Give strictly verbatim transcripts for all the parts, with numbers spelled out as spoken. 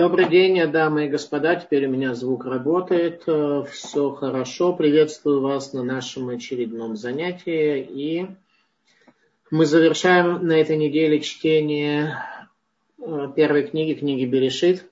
Добрый день, дамы и господа. Теперь у меня звук работает. Все хорошо. Приветствую вас на нашем очередном занятии. И мы завершаем на этой неделе чтение первой книги, книги Берешит.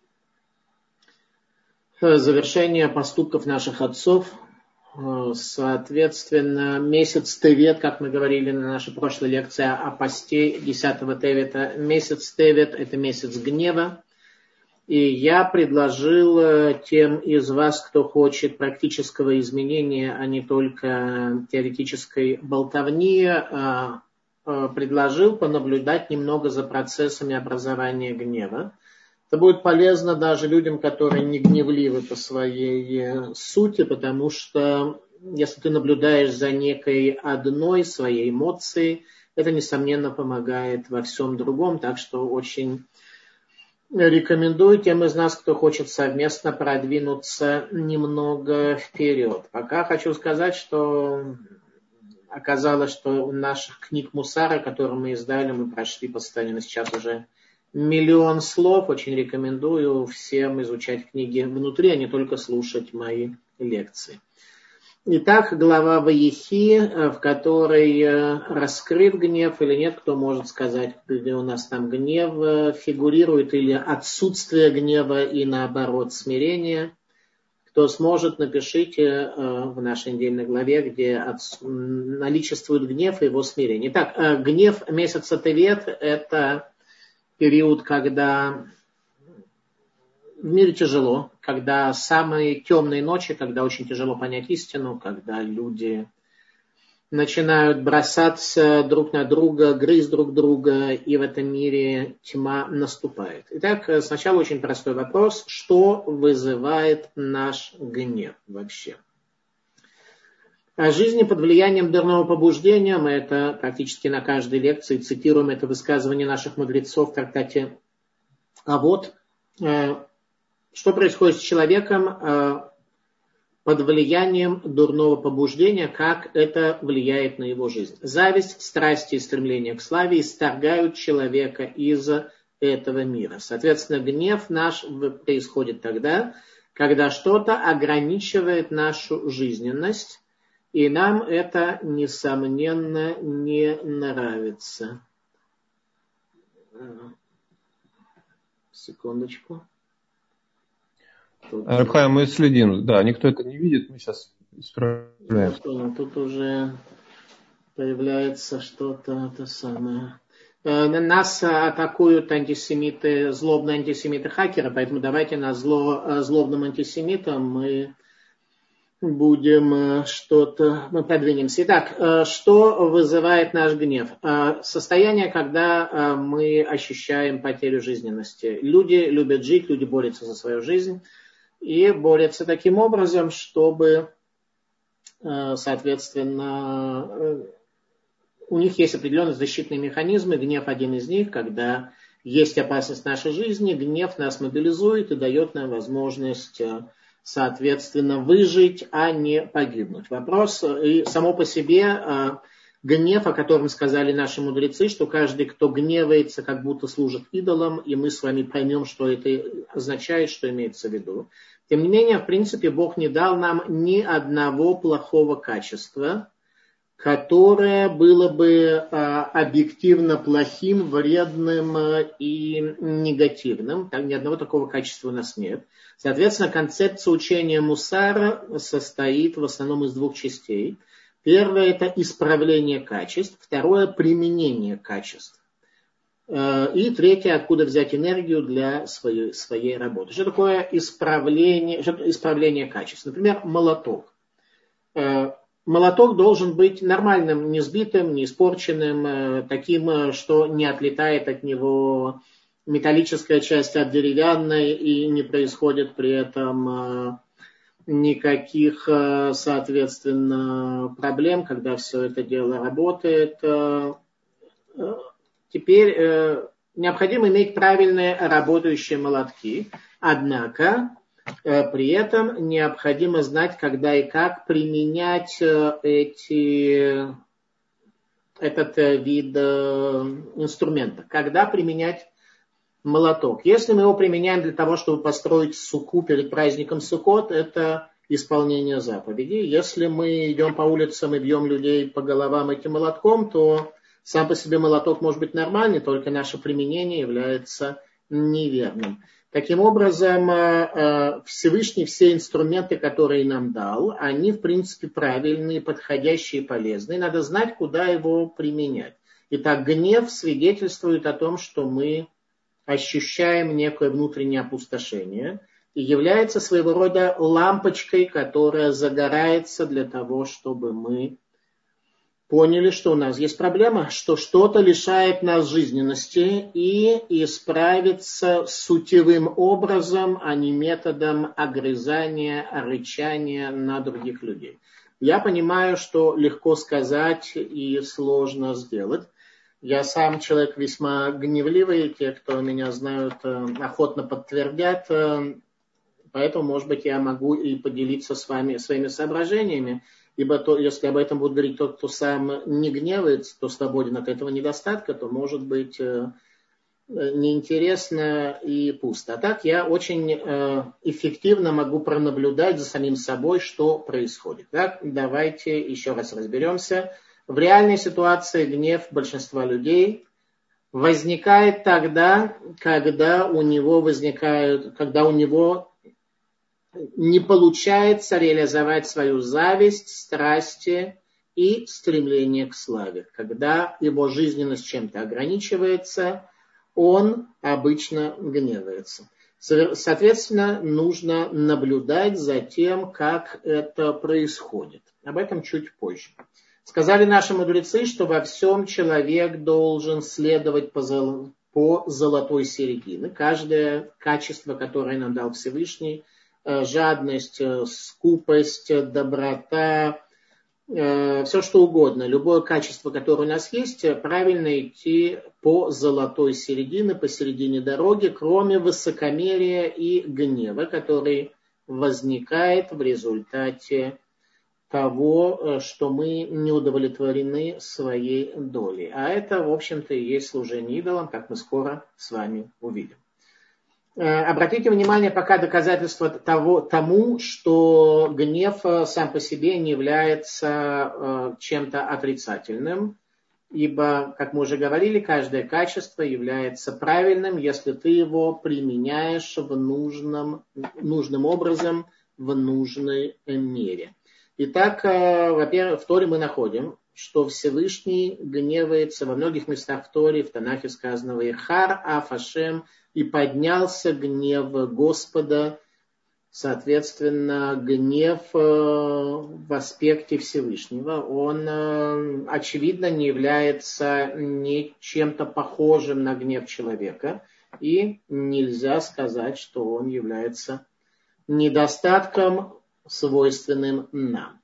Завершение поступков наших отцов. Соответственно, месяц Тевет, как мы говорили на нашей прошлой лекции о посте десятого Тевета. Месяц Тевет – это месяц гнева. И я предложил тем из вас, кто хочет практического изменения, а не только теоретической болтовни, предложил понаблюдать немного за процессами образования гнева. Это будет полезно даже людям, которые не гневливы по своей сути, потому что если ты наблюдаешь за некой одной своей эмоцией, это, несомненно, помогает во всем другом, так что очень рекомендую тем из нас, кто хочет совместно продвинуться немного вперед. Пока хочу сказать, что оказалось, что у наших книг Мусара, которые мы издали, мы прошли постоянно сейчас уже миллион слов. Очень рекомендую всем изучать книги внутри, а не только слушать мои лекции. Итак, глава Ваехи, в которой раскрыт гнев или нет, кто может сказать, где у нас там гнев фигурирует, или отсутствие гнева и наоборот смирение. Кто сможет, напишите в нашей недельной главе, где наличествует гнев и его смирение. Итак, гнев месяца Тевет – это период, когда в мире тяжело, когда самые темные ночи, когда очень тяжело понять истину, когда люди начинают бросаться друг на друга, грызть друг друга, и в этом мире тьма наступает. Итак, сначала очень простой вопрос. Что вызывает наш гнев вообще? О жизни под влиянием дурного побуждения, мы это практически на каждой лекции цитируем, это высказывание наших мудрецов в трактате Авот. Что происходит с человеком под влиянием дурного побуждения, как это влияет на его жизнь? Зависть, страсти и стремление к славе исторгают человека из этого мира. Соответственно, гнев наш происходит тогда, когда что-то ограничивает нашу жизненность, и нам это, несомненно, не нравится. Секундочку. Рабхайм, мы следим, да, никто это не видит, мы сейчас исправляем. Ну, тут уже появляется что-то то самое. Нас атакуют антисемиты, злобные антисемиты-хакеры, поэтому давайте на зло, злобным антисемитам мы будем что-то, мы продвинемся. Итак, что вызывает наш гнев? Состояние, когда мы ощущаем потерю жизненности. Люди любят жить, люди борются за свою жизнь. И борются таким образом, чтобы, соответственно, у них есть определенные защитные механизмы. Гнев один из них, когда есть опасность нашей жизни, гнев нас мобилизует и дает нам возможность, соответственно, выжить, а не погибнуть. Вопрос, и само по себе гнев, о котором сказали наши мудрецы, что каждый, кто гневается, как будто служит идолам, и мы с вами поймем, что это означает, что имеется в виду. Тем не менее, в принципе, Бог не дал нам ни одного плохого качества, которое было бы объективно плохим, вредным и негативным. Так, ни одного такого качества у нас нет. Соответственно, концепция учения Мусара состоит в основном из двух частей. Первое – это исправление качеств. Второе – применение качеств. И третье – откуда взять энергию для своей, своей работы. Что такое исправление, что такое исправление качеств? Например, молоток. Молоток должен быть нормальным, не сбитым, не испорченным, таким, что не отлетает от него металлическая часть от деревянной и не происходит при этом никаких, соответственно, проблем, когда все это дело работает. Теперь необходимо иметь правильные работающие молотки, однако при этом необходимо знать, когда и как применять эти, этот вид инструмента. Когда применять молоток. Если мы его применяем для того, чтобы построить суку перед праздником Суккот, это исполнение заповедей. Если мы идем по улицам и бьем людей по головам этим молотком, то сам по себе молоток может быть нормальный, только наше применение является неверным. Таким образом, Всевышний все инструменты, которые нам дал, они в принципе правильные, подходящие, полезные. Надо знать, куда его применять. Итак, гнев свидетельствует о том, что мы ощущаем некое внутреннее опустошение и является своего рода лампочкой, которая загорается для того, чтобы мы поняли, что у нас есть проблема, что что-то лишает нас жизненности, и исправиться сутевым образом, а не методом огрызания, рычания на других людей. Я понимаю, что легко сказать и сложно сделать. Я сам человек весьма гневливый, те, кто меня знают, охотно подтвердят, поэтому, может быть, я могу и поделиться с вами своими соображениями. Ибо то, если об этом будет говорить тот, кто сам не гневается, то свободен от этого недостатка, то может быть неинтересно и пусто. А так я очень эффективно могу пронаблюдать за самим собой, что происходит. Так, давайте еще раз разберемся. В реальной ситуации гнев большинства людей возникает тогда, когда у него возникают, когда у него не получается реализовать свою зависть, страсти и стремление к славе. Когда его жизненность чем-то ограничивается, он обычно гневается. Соответственно, нужно наблюдать за тем, как это происходит. Об этом чуть позже. Сказали наши мудрецы, что во всем человек должен следовать по, зол... по золотой середине. Каждое качество, которое нам дал Всевышний, жадность, скупость, доброта, все что угодно, любое качество, которое у нас есть, правильно идти по золотой середине, посередине дороги, кроме высокомерия и гнева, который возникает в результате того, что мы не удовлетворены своей долей. А это, в общем-то, и есть служение идолам, как мы скоро с вами увидим. Обратите внимание, пока доказательство того, тому, что гнев сам по себе не является чем-то отрицательным, ибо, как мы уже говорили, каждое качество является правильным, если ты его применяешь в нужном, нужным образом, в нужной мере. Итак, во-первых, в Торе мы находим, что Всевышний гневается во многих местах в Торе, в Танахе сказано «Ваихар аф Ашем», и поднялся гнев Господа, соответственно, гнев в аспекте Всевышнего. Он, очевидно, не является ни чем-то похожим на гнев человека, и нельзя сказать, что он является недостатком, свойственным нам.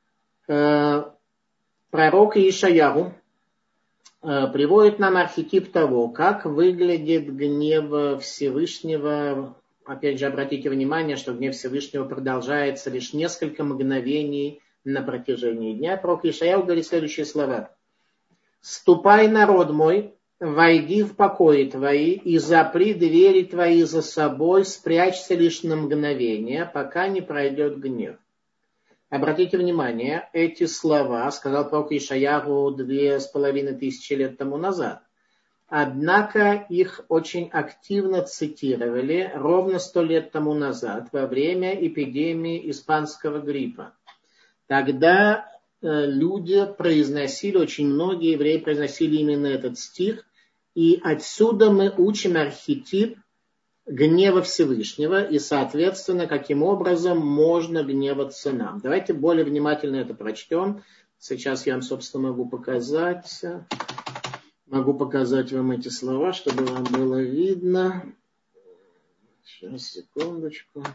Пророк Ишаяху приводит нам архетип того, как выглядит гнев Всевышнего. Опять же, обратите внимание, что гнев Всевышнего продолжается лишь несколько мгновений на протяжении дня. Пророк Ишаяху говорит следующие слова. «Ступай, народ мой, войди в покои твои и запри двери твои за собой, спрячься лишь на мгновение, пока не пройдет гнев». Обратите внимание, эти слова сказал пророк Ишаяху две с половиной тысячи лет тому назад. Однако их очень активно цитировали ровно сто лет тому назад, во время эпидемии испанского гриппа. Тогда э, люди произносили, очень многие евреи произносили именно этот стих, и отсюда мы учим архетип гнева Всевышнего, и, соответственно, каким образом можно гневаться нам. Давайте более внимательно это прочтем. Сейчас я вам, собственно, могу показать. Могу показать вам эти слова, чтобы вам было видно. Сейчас, секундочку.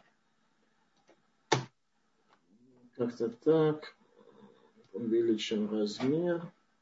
Как-то так. Увеличим размер.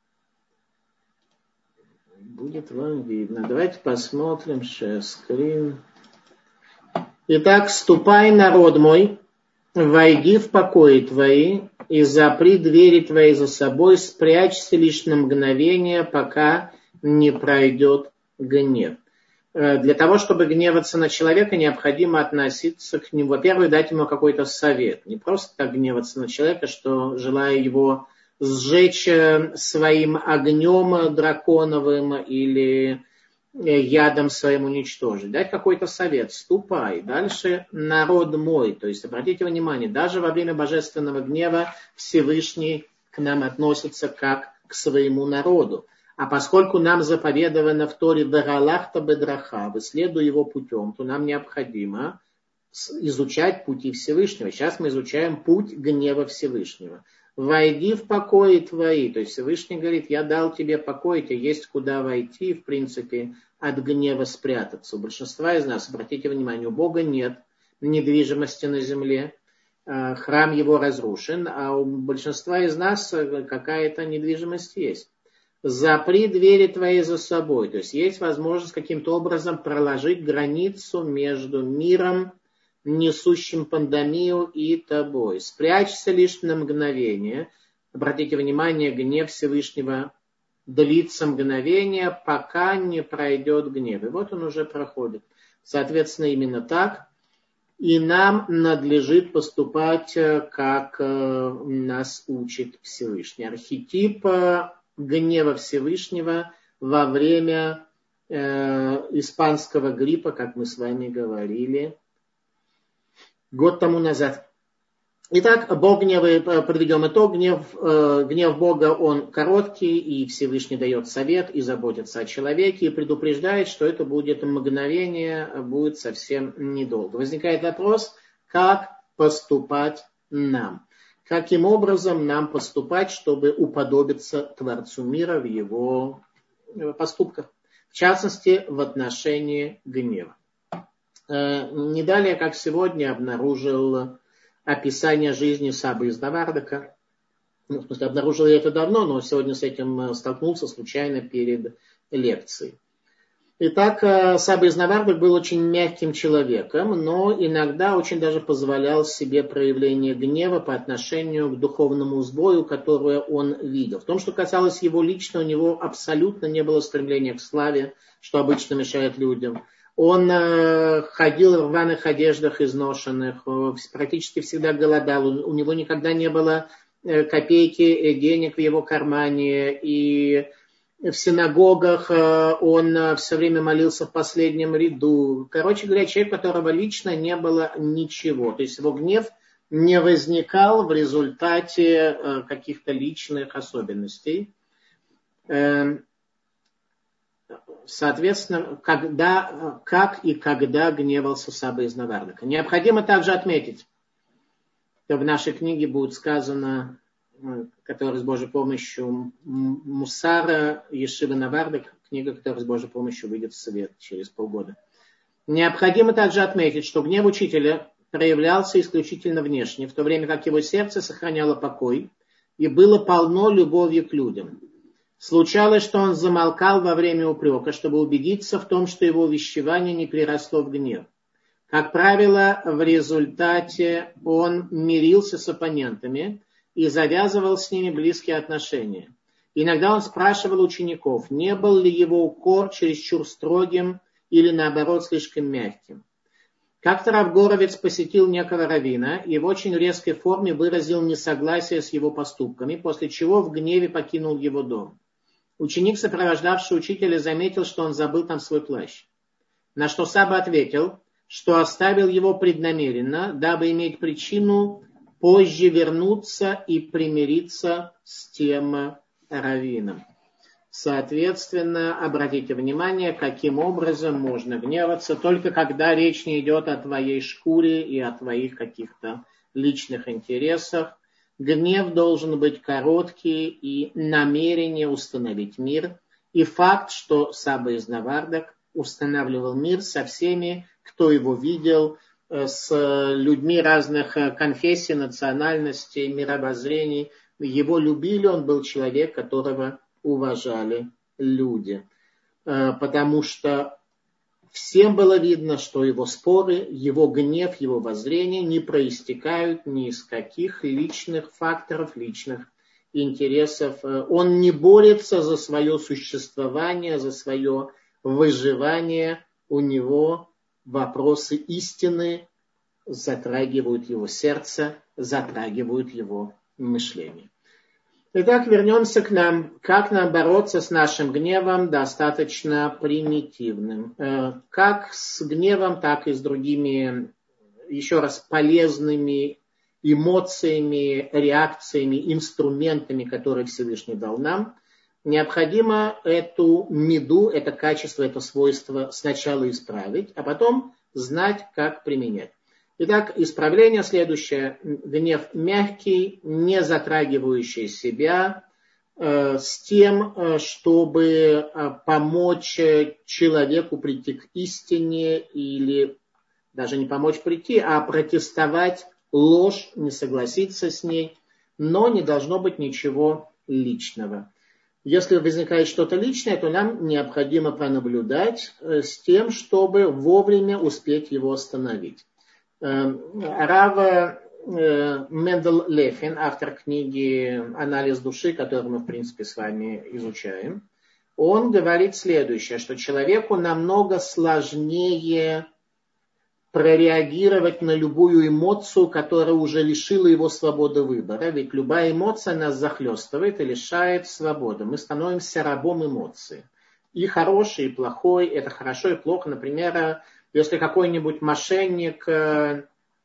Будет вам видно. Давайте посмотрим. Share screen. Итак, ступай, народ мой, войди в покои твои и запри двери твои за собой, спрячься лишь на мгновение, пока не пройдет гнев. Для того, чтобы гневаться на человека, необходимо относиться к нему. Во-первых, дать ему какой-то совет. Не просто так гневаться на человека, что желая его сжечь своим огнем драконовым или ядом своим уничтожить. Дать какой-то совет. Ступай. Дальше народ мой. То есть, обратите внимание, даже во время божественного гнева Всевышний к нам относится как к своему народу. А поскольку нам заповедовано в Торе «Даралахта бедраха», «Выследуй его путем», то нам необходимо изучать пути Всевышнего. Сейчас мы изучаем путь гнева Всевышнего. «Войди в покои твои». То есть Всевышний говорит: я дал тебе покой, тебе есть куда войти, в принципе, от гнева спрятаться. У большинства из нас, обратите внимание, у Бога нет недвижимости на земле. Храм его разрушен, а у большинства из нас какая-то недвижимость есть. Запри двери твои за собой. То есть есть возможность каким-то образом проложить границу между миром, несущим пандемию, и тобой. Спрячься лишь на мгновение. Обратите внимание, гнев Всевышнего длится мгновение, пока не пройдет гнев. И вот он уже проходит. Соответственно, именно так и нам надлежит поступать, как нас учит Всевышний. Архетип гнева Всевышнего во время э, испанского гриппа, как мы с вами говорили год тому назад. Итак, Бог гневает, подведем итог, гнев, э, гнев Бога, он короткий, и Всевышний дает совет и заботится о человеке, и предупреждает, что это будет мгновение, будет совсем недолго. Возникает вопрос, как поступать нам? Каким образом нам поступать, чтобы уподобиться Творцу мира в его поступках? В частности, в отношении гнева. Не далее, как сегодня, обнаружил описание жизни Сабы из Навардака. Ну, в смысле, обнаружил я это давно, но сегодня с этим столкнулся случайно перед лекцией. Итак, Саба из Навардак был очень мягким человеком, но иногда очень даже позволял себе проявление гнева по отношению к духовному сбою, которое он видел. В том, что касалось его лично, у него абсолютно не было стремления к славе, что обычно мешает людям. Он ходил в рваных одеждах изношенных, практически всегда голодал, у него никогда не было копейки денег в его кармане, и в синагогах он все время молился в последнем ряду. Короче говоря, человек, у которого лично не было ничего. То есть его гнев не возникал в результате каких-то личных особенностей. Соответственно, когда, как и когда гневался Саба из Навардака. Необходимо также отметить, что в нашей книге будет сказано, которая с Божьей помощью Мусара Ешивы Навардак, книга, которая с Божьей помощью выйдет в свет через полгода. Необходимо также отметить, что гнев учителя проявлялся исключительно внешне, в то время как его сердце сохраняло покой и было полно любовью к людям. Случалось, что он замолкал во время упрека, чтобы убедиться в том, что его увещевание не переросло в гнев. Как правило, в результате он мирился с оппонентами и завязывал с ними близкие отношения. Иногда он спрашивал учеников, не был ли его укор чересчур строгим или, наоборот, слишком мягким. Как-то Рав Горовец посетил некого раввина и в очень резкой форме выразил несогласие с его поступками, после чего в гневе покинул его дом. Ученик, сопровождавший учителя, заметил, что он забыл там свой плащ. На что Саба ответил, что оставил его преднамеренно, дабы иметь причину позже вернуться и примириться с тем раввином. Соответственно, обратите внимание, каким образом можно гневаться, только когда речь не идет о твоей шкуре и о твоих каких-то личных интересах. Гнев должен быть короткий и намерение установить мир. И факт, что Саба из Навардак устанавливал мир со всеми, кто его видел, с людьми разных конфессий, национальностей, мировоззрений. Его любили, он был человек, которого уважали люди. Потому что всем было видно, что его споры, его гнев, его воззрения не проистекают ни из каких личных факторов, личных интересов. Он не борется за свое существование, за свое выживание. у него вопросы истины затрагивают его сердце, затрагивают его мышление. Итак, вернемся к нам. Как нам бороться с нашим гневом достаточно примитивным. Как с гневом, так и с другими, еще раз, полезными эмоциями, реакциями, инструментами, которые Всевышний дал нам. Необходимо эту меду, это качество, это свойство сначала исправить, а потом знать, как применять. Итак, исправление следующее. Гнев мягкий, не затрагивающий себя, э, с тем, э, чтобы э, помочь человеку прийти к истине или даже не помочь прийти, а протестовать ложь, не согласиться с ней, но не должно быть ничего личного. Если возникает что-то личное, то нам необходимо пронаблюдать э, с тем, чтобы вовремя успеть его остановить. Рав Мендел Лефин, автор книги «Анализ души», которую мы, в принципе, с вами изучаем, он говорит следующее, что человеку намного сложнее прореагировать на любую эмоцию, которая уже лишила его свободы выбора. Ведь любая эмоция нас захлестывает и лишает свободы. Мы становимся рабом эмоций. И хороший, и плохой, это хорошо и плохо. Например, если какой-нибудь мошенник э,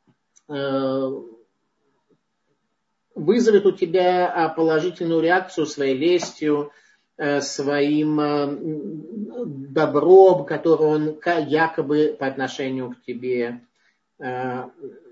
вызовет у тебя положительную реакцию своей лестью, э, своим э, добром, которое он якобы по отношению к тебе, э,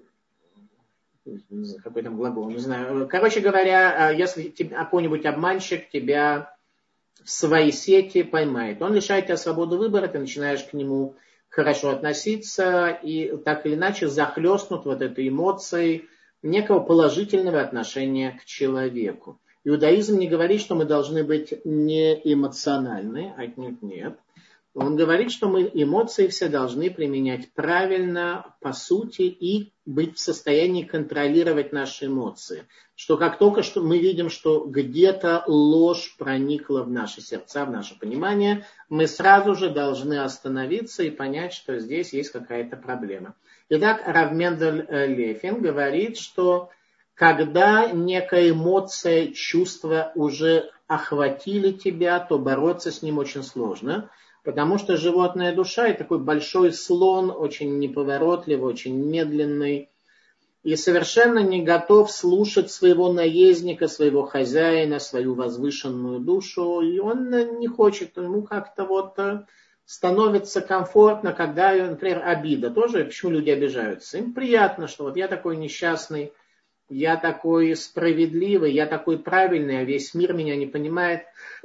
какой там глагол, не знаю. Короче говоря, если какой-нибудь обманщик тебя в свои сети поймает, он лишает тебя свободы выбора, ты начинаешь к нему хорошо относиться и так или иначе захлестнут вот этой эмоцией некого положительного отношения к человеку. Иудаизм не говорит, что мы должны быть неэмоциональны, отнюдь нет. Он говорит, что мы эмоции все должны применять правильно, по сути, и быть в состоянии контролировать наши эмоции. Что как только что мы видим, что где-то ложь проникла в наши сердца, в наше понимание, мы сразу же должны остановиться и понять, что здесь есть какая-то проблема. Итак, Рав Мендель Лефин говорит, что когда некая эмоция, чувство уже охватили тебя, то бороться с ним очень сложно. Потому что животная душа и такой большой слон, очень неповоротливый, очень медленный, и совершенно не готов слушать своего наездника, своего хозяина, свою возвышенную душу. И он не хочет, ему как-то вот становится комфортно, когда, например, обида. Тоже, почему люди обижаются? Им приятно, что вот я такой несчастный, я такой справедливый, я такой правильный, а весь мир меня не понимает.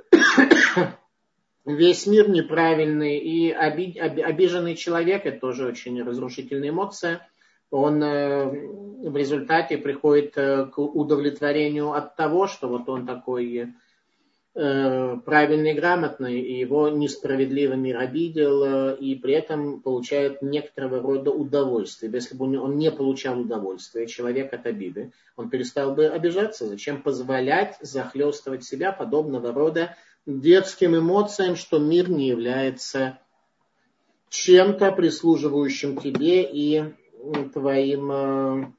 Весь мир неправильный, и оби, оби, обиженный человек, это тоже очень разрушительная эмоция, он э, в результате приходит э, к удовлетворению от того, что вот он такой э, правильный, грамотный, и его несправедливо мир обидел, э, и при этом получает некоторого рода удовольствие. Если бы он не получал удовольствия, человек от обиды, он перестал бы обижаться. Зачем позволять захлестывать себя подобного рода детским эмоциям, что мир не является чем-то прислуживающим тебе и твоим,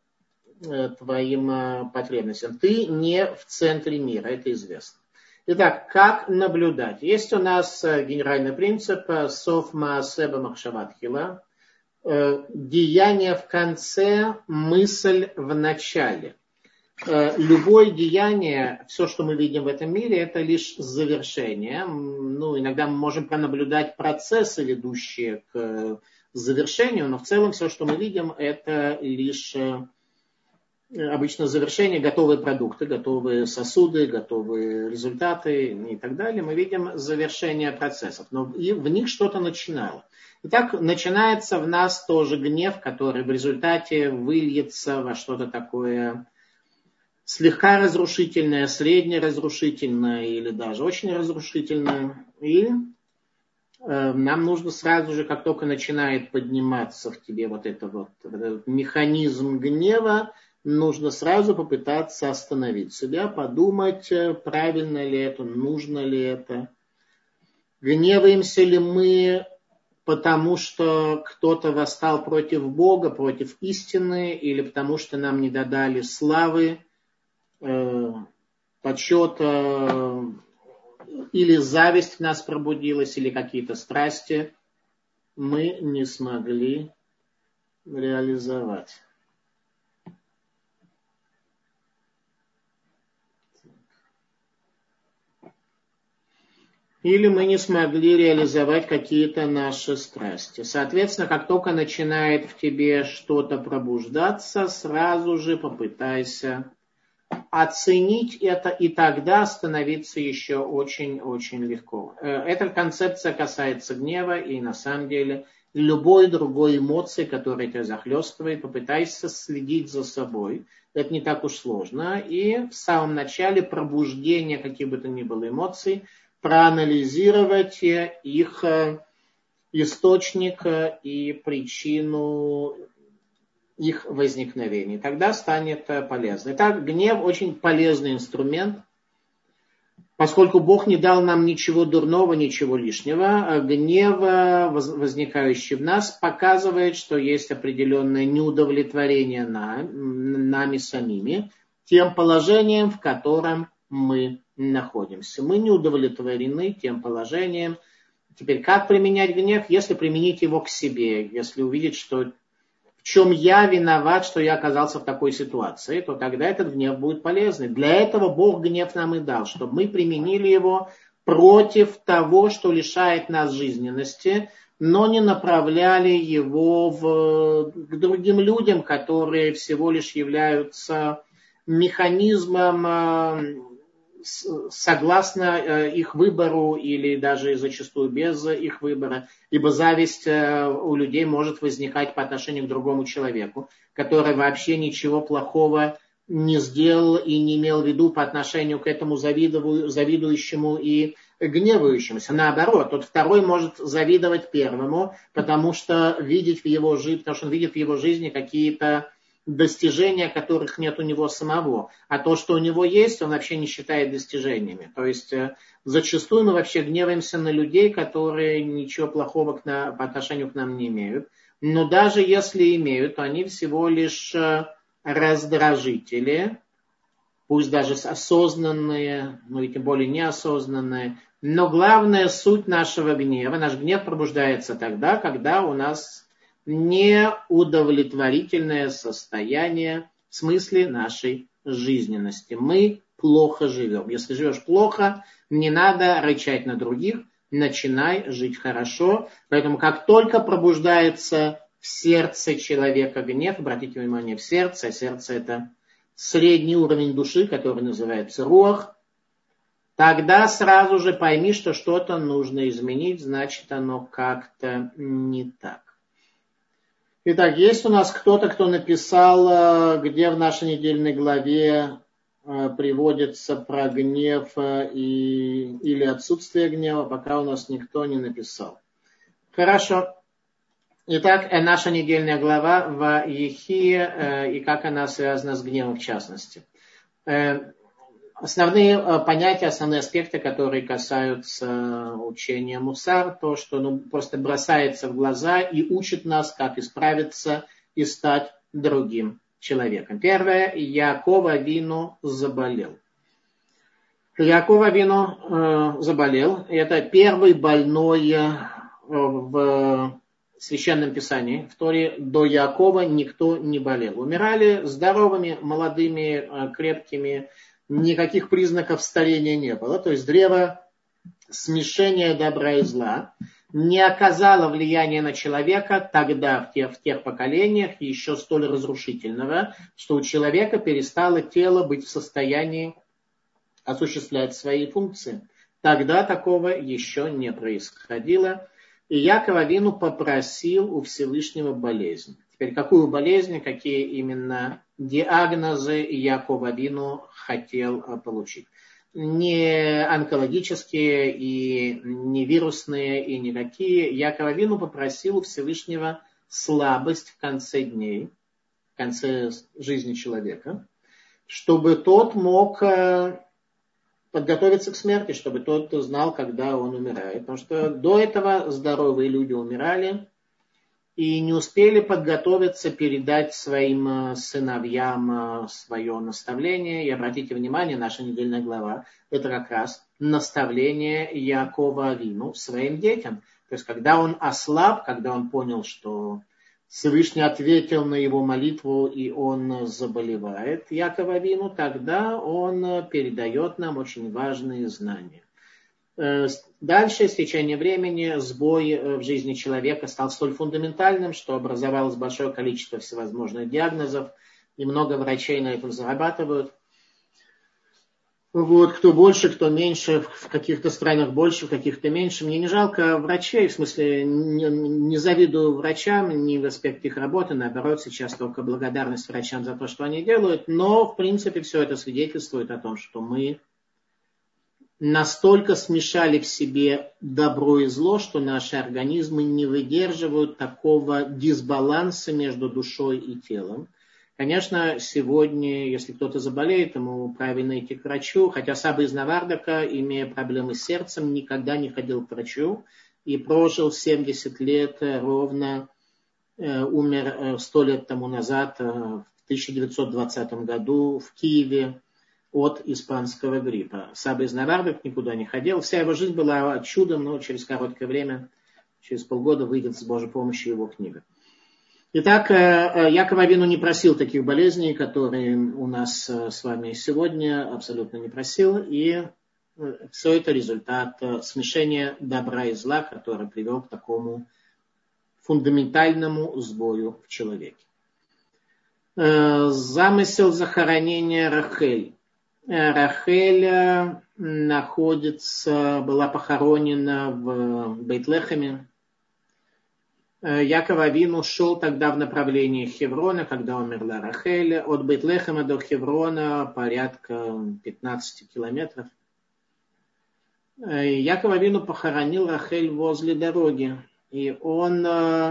твоим потребностям. Ты не в центре мира, это известно. Итак, как наблюдать? Есть у нас генеральный принцип «Соф маасе бамахшава тхила». Деяние в конце, мысль в начале. Любое деяние, все, что мы видим в этом мире, это лишь завершение. Ну, иногда мы можем пронаблюдать процессы, ведущие к завершению, но в целом все, что мы видим, это лишь обычно завершение, готовые продукты, готовые сосуды, готовые результаты и так далее. Мы видим завершение процессов, но и в них что-то начинало. Итак, начинается в нас тоже гнев, который в результате выльется во что-то такое слегка разрушительное, среднеразрушительное или даже очень разрушительное. И э, нам нужно сразу же, как только начинает подниматься в тебе вот, это вот, вот этот механизм гнева, нужно сразу попытаться остановить себя, подумать, правильно ли это, нужно ли это. Гневаемся ли мы потому что кто-то восстал против Бога, против истины, или потому что нам не додали славы, э, почета, или зависть в нас пробудилась, или какие-то страсти, мы не смогли реализовать. Или мы не смогли реализовать какие-то наши страсти. Соответственно, как только начинает в тебе что-то пробуждаться, сразу же попытайся оценить это, и тогда становиться еще очень-очень легко. Эта концепция касается гнева, и на самом деле любой другой эмоции, которая тебя захлестывает, попытайся следить за собой. Это не так уж сложно. И в самом начале пробуждения каких бы то ни было эмоций, проанализировать их источник и причину их возникновения. Тогда станет полезно. Итак, гнев очень полезный инструмент, поскольку Бог не дал нам ничего дурного, ничего лишнего. Гнев, возникающий в нас, показывает, что есть определенное неудовлетворение нами самими, тем положением, в котором мы находимся. Мы не удовлетворены тем положением. Теперь, как применять гнев? Если применить его к себе, если увидеть, что в чем я виноват, что я оказался в такой ситуации, то тогда этот гнев будет полезный. Для этого Бог гнев нам и дал, чтобы мы применили его против того, что лишает нас жизненности, но не направляли его в, к другим людям, которые всего лишь являются механизмом согласно их выбору или даже зачастую без их выбора, ибо зависть у людей может возникать по отношению к другому человеку, который вообще ничего плохого не сделал и не имел в виду по отношению к этому завидующему и гневающемуся. Наоборот, тот второй может завидовать первому, потому что, видеть в его жизни, потому что он видит в его жизни какие-то достижения, которых нет у него самого. А то, что у него есть, он вообще не считает достижениями. То есть зачастую мы вообще гневаемся на людей, которые ничего плохого к на, по отношению к нам не имеют. Но даже если имеют, то они всего лишь раздражители, пусть даже осознанные, но и тем более неосознанные. Но главная суть нашего гнева, наш гнев пробуждается тогда, когда у нас неудовлетворительное состояние в смысле нашей жизненности. Мы плохо живем. Если живешь плохо, не надо рычать на других, начинай жить хорошо. Поэтому как только пробуждается в сердце человека гнев, обратите внимание, в сердце, а сердце это средний уровень души, который называется руах, тогда сразу же пойми, что что-то нужно изменить, значит оно как-то не так. Итак, есть у нас кто-то, кто написал, где в нашей недельной главе приводится про гнев и, или отсутствие гнева, пока у нас никто не написал. Хорошо. Итак, наша недельная глава в Ехие и как она связана с гневом в частности. Основные понятия, основные аспекты, которые касаются учения Мусар, то, что ну, просто бросается в глаза и учит нас, как исправиться и стать другим человеком. Первое, Яаков Авину заболел. Яаков Авину э, заболел. Это первый больной в Священном Писании. В Торе до Яакова никто не болел. Умирали здоровыми, молодыми, крепкими. Никаких признаков старения не было. То есть древо смешения добра и зла не оказало влияния на человека тогда, в тех, в тех поколениях, еще столь разрушительного, что у человека перестало тело быть в состоянии осуществлять свои функции. Тогда такого еще не происходило. И Яаков Авину попросил у Всевышнего болезнь. Теперь, какую болезнь, какие именно диагнозы Яаков Авину хотел получить? Не онкологические и не вирусные и никакие. Яаков Авину попросил у Всевышнего слабость в конце дней, в конце жизни человека, чтобы тот мог подготовиться к смерти, чтобы тот знал, когда он умирает. Потому что до этого здоровые люди умирали и не успели подготовиться передать своим сыновьям свое наставление. И обратите внимание, наша недельная глава, это как раз наставление Яакова Авину своим детям. То есть, когда он ослаб, когда он понял, что Всевышний ответил на его молитву, и он заболевает, Яаков Авину, тогда он передает нам очень важные знания. Дальше, с течением времени, сбой в жизни человека стал столь фундаментальным, что образовалось большое количество всевозможных диагнозов, и много врачей на этом зарабатывают. Вот, кто больше, кто меньше, в каких-то странах больше, в каких-то меньше. Мне не жалко врачей, в смысле, не, не завидую врачам, не в аспекте их работы, наоборот, сейчас только благодарность врачам за то, что они делают, но, в принципе, все это свидетельствует о том, что мы настолько смешали в себе добро и зло, что наши организмы не выдерживают такого дисбаланса между душой и телом. Конечно, сегодня, если кто-то заболеет, ему правильно идти к врачу. Хотя Саба из Навардака, имея проблемы с сердцем, никогда не ходил к врачу и прожил семьдесят лет ровно, э, умер сто лет тому назад, э, в тысяча девятьсот двадцатом году в Киеве от испанского гриппа. Саба из Навардак никуда не ходил. Вся его жизнь была чудом, но через короткое время, через полгода, выйдет с Божьей помощью его книга. Итак, Яаков Авину не просил таких болезней, которые у нас с вами сегодня, абсолютно не просил. И все это результат смешения добра и зла, который привел к такому фундаментальному сбою в человеке. Замысел захоронения Рахель. Рахель находится, была похоронена в Бейт-Лехеме. Яаков Авину шел тогда в направлении Хеврона, когда умерла Рахель. От Бейт-Лехема до Хеврона порядка пятнадцать километров. Яаков Авину похоронил Рахель возле дороги. И он,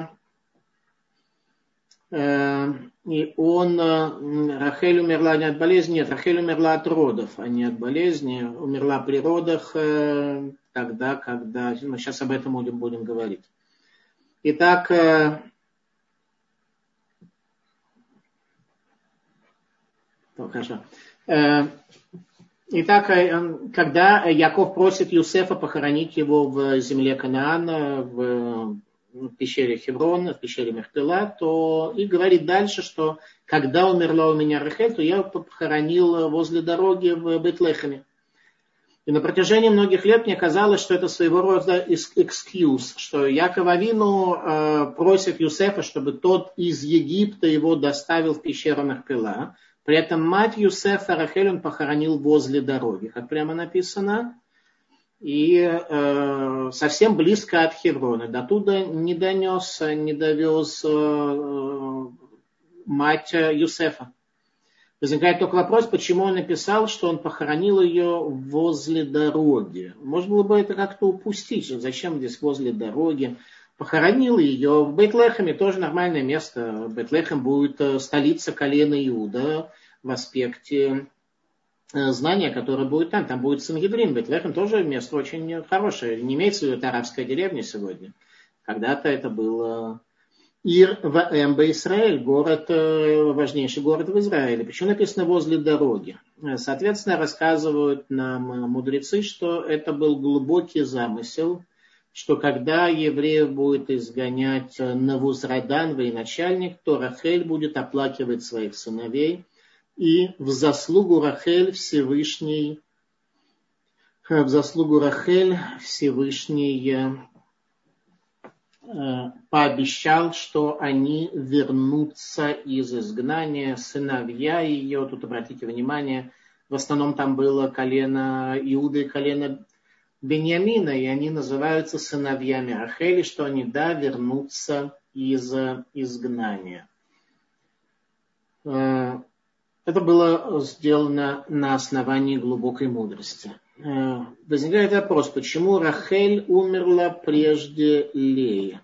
и он, Рахель умерла не от болезни, нет, Рахель умерла от родов, а не от болезни. Умерла при родах тогда, когда, мы сейчас об этом будем, будем говорить. Итак, э, ну, хорошо. Э, итак, э, когда Яков просит Юсефа похоронить его в земле Канаана, в, в пещере Хеврон, в пещере Мехпила, то и говорит дальше, что когда умерла у меня Рахель, то я его похоронил возле дороги в Бейт-Лехеме. И на протяжении многих лет мне казалось, что это своего рода экскьюз, что Яаков Авину э, просит Юсефа, чтобы тот из Египта его доставил в пещеру Мехпила. При этом мать Юсефа Рахель он похоронил возле дороги, как прямо написано, и э, совсем близко от Хеврона. До туда не донес, не довез э, мать Юсефа. Возникает только вопрос, почему он написал, что он похоронил ее возле дороги. Можно было бы это как-то упустить. Зачем здесь возле дороги? Похоронил ее в Бейт-Лехеме, тоже нормальное место. Бейт-Лехем будет столица колена Иуда в аспекте знания, которое будет там. Там будет Сангедрин. Бейт-Лехем тоже место очень хорошее. Не имеется в виду это арабская деревня сегодня. Когда-то это было Ир Ваэм Бе-Исраэль, город, важнейший город в Израиле. Почему написано возле дороги? Соответственно, рассказывают нам мудрецы, что это был глубокий замысел, что когда евреев будет изгонять Навузрадан, военачальник, то Рахель будет оплакивать своих сыновей, и в заслугу Рахель Всевышний, в заслугу Рахель Всевышний пообещал, что они вернутся из изгнания, сыновья ее, тут обратите внимание, в основном там было колено Иуды и колено Беньямина, и они называются сыновьями Рахели, что они, да, вернутся из изгнания. Это было сделано на основании глубокой мудрости. Возникает вопрос, почему Рахель умерла прежде Леи?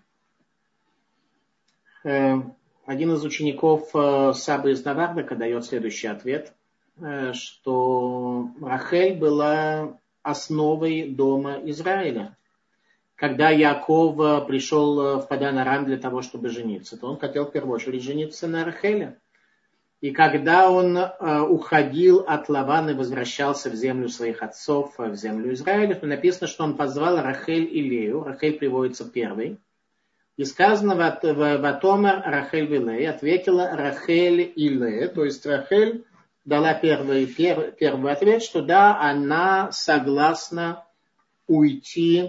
Один из учеников Сабы из Навардака дает следующий ответ. что Рахель была основой дома Израиля. Когда Яков пришел в Падан-Арам для того, чтобы жениться, то он хотел в первую очередь жениться на Рахеле. И когда он уходил от Лавана и возвращался в землю своих отцов, в землю Израиля, то написано, что он позвал Рахель и Лею. Рахель приводится первой. И сказано «Ватомар Рахель вилей», ответила Рахель и Лея, то есть Рахель дала первый, первый, первый ответ, что да, она согласна уйти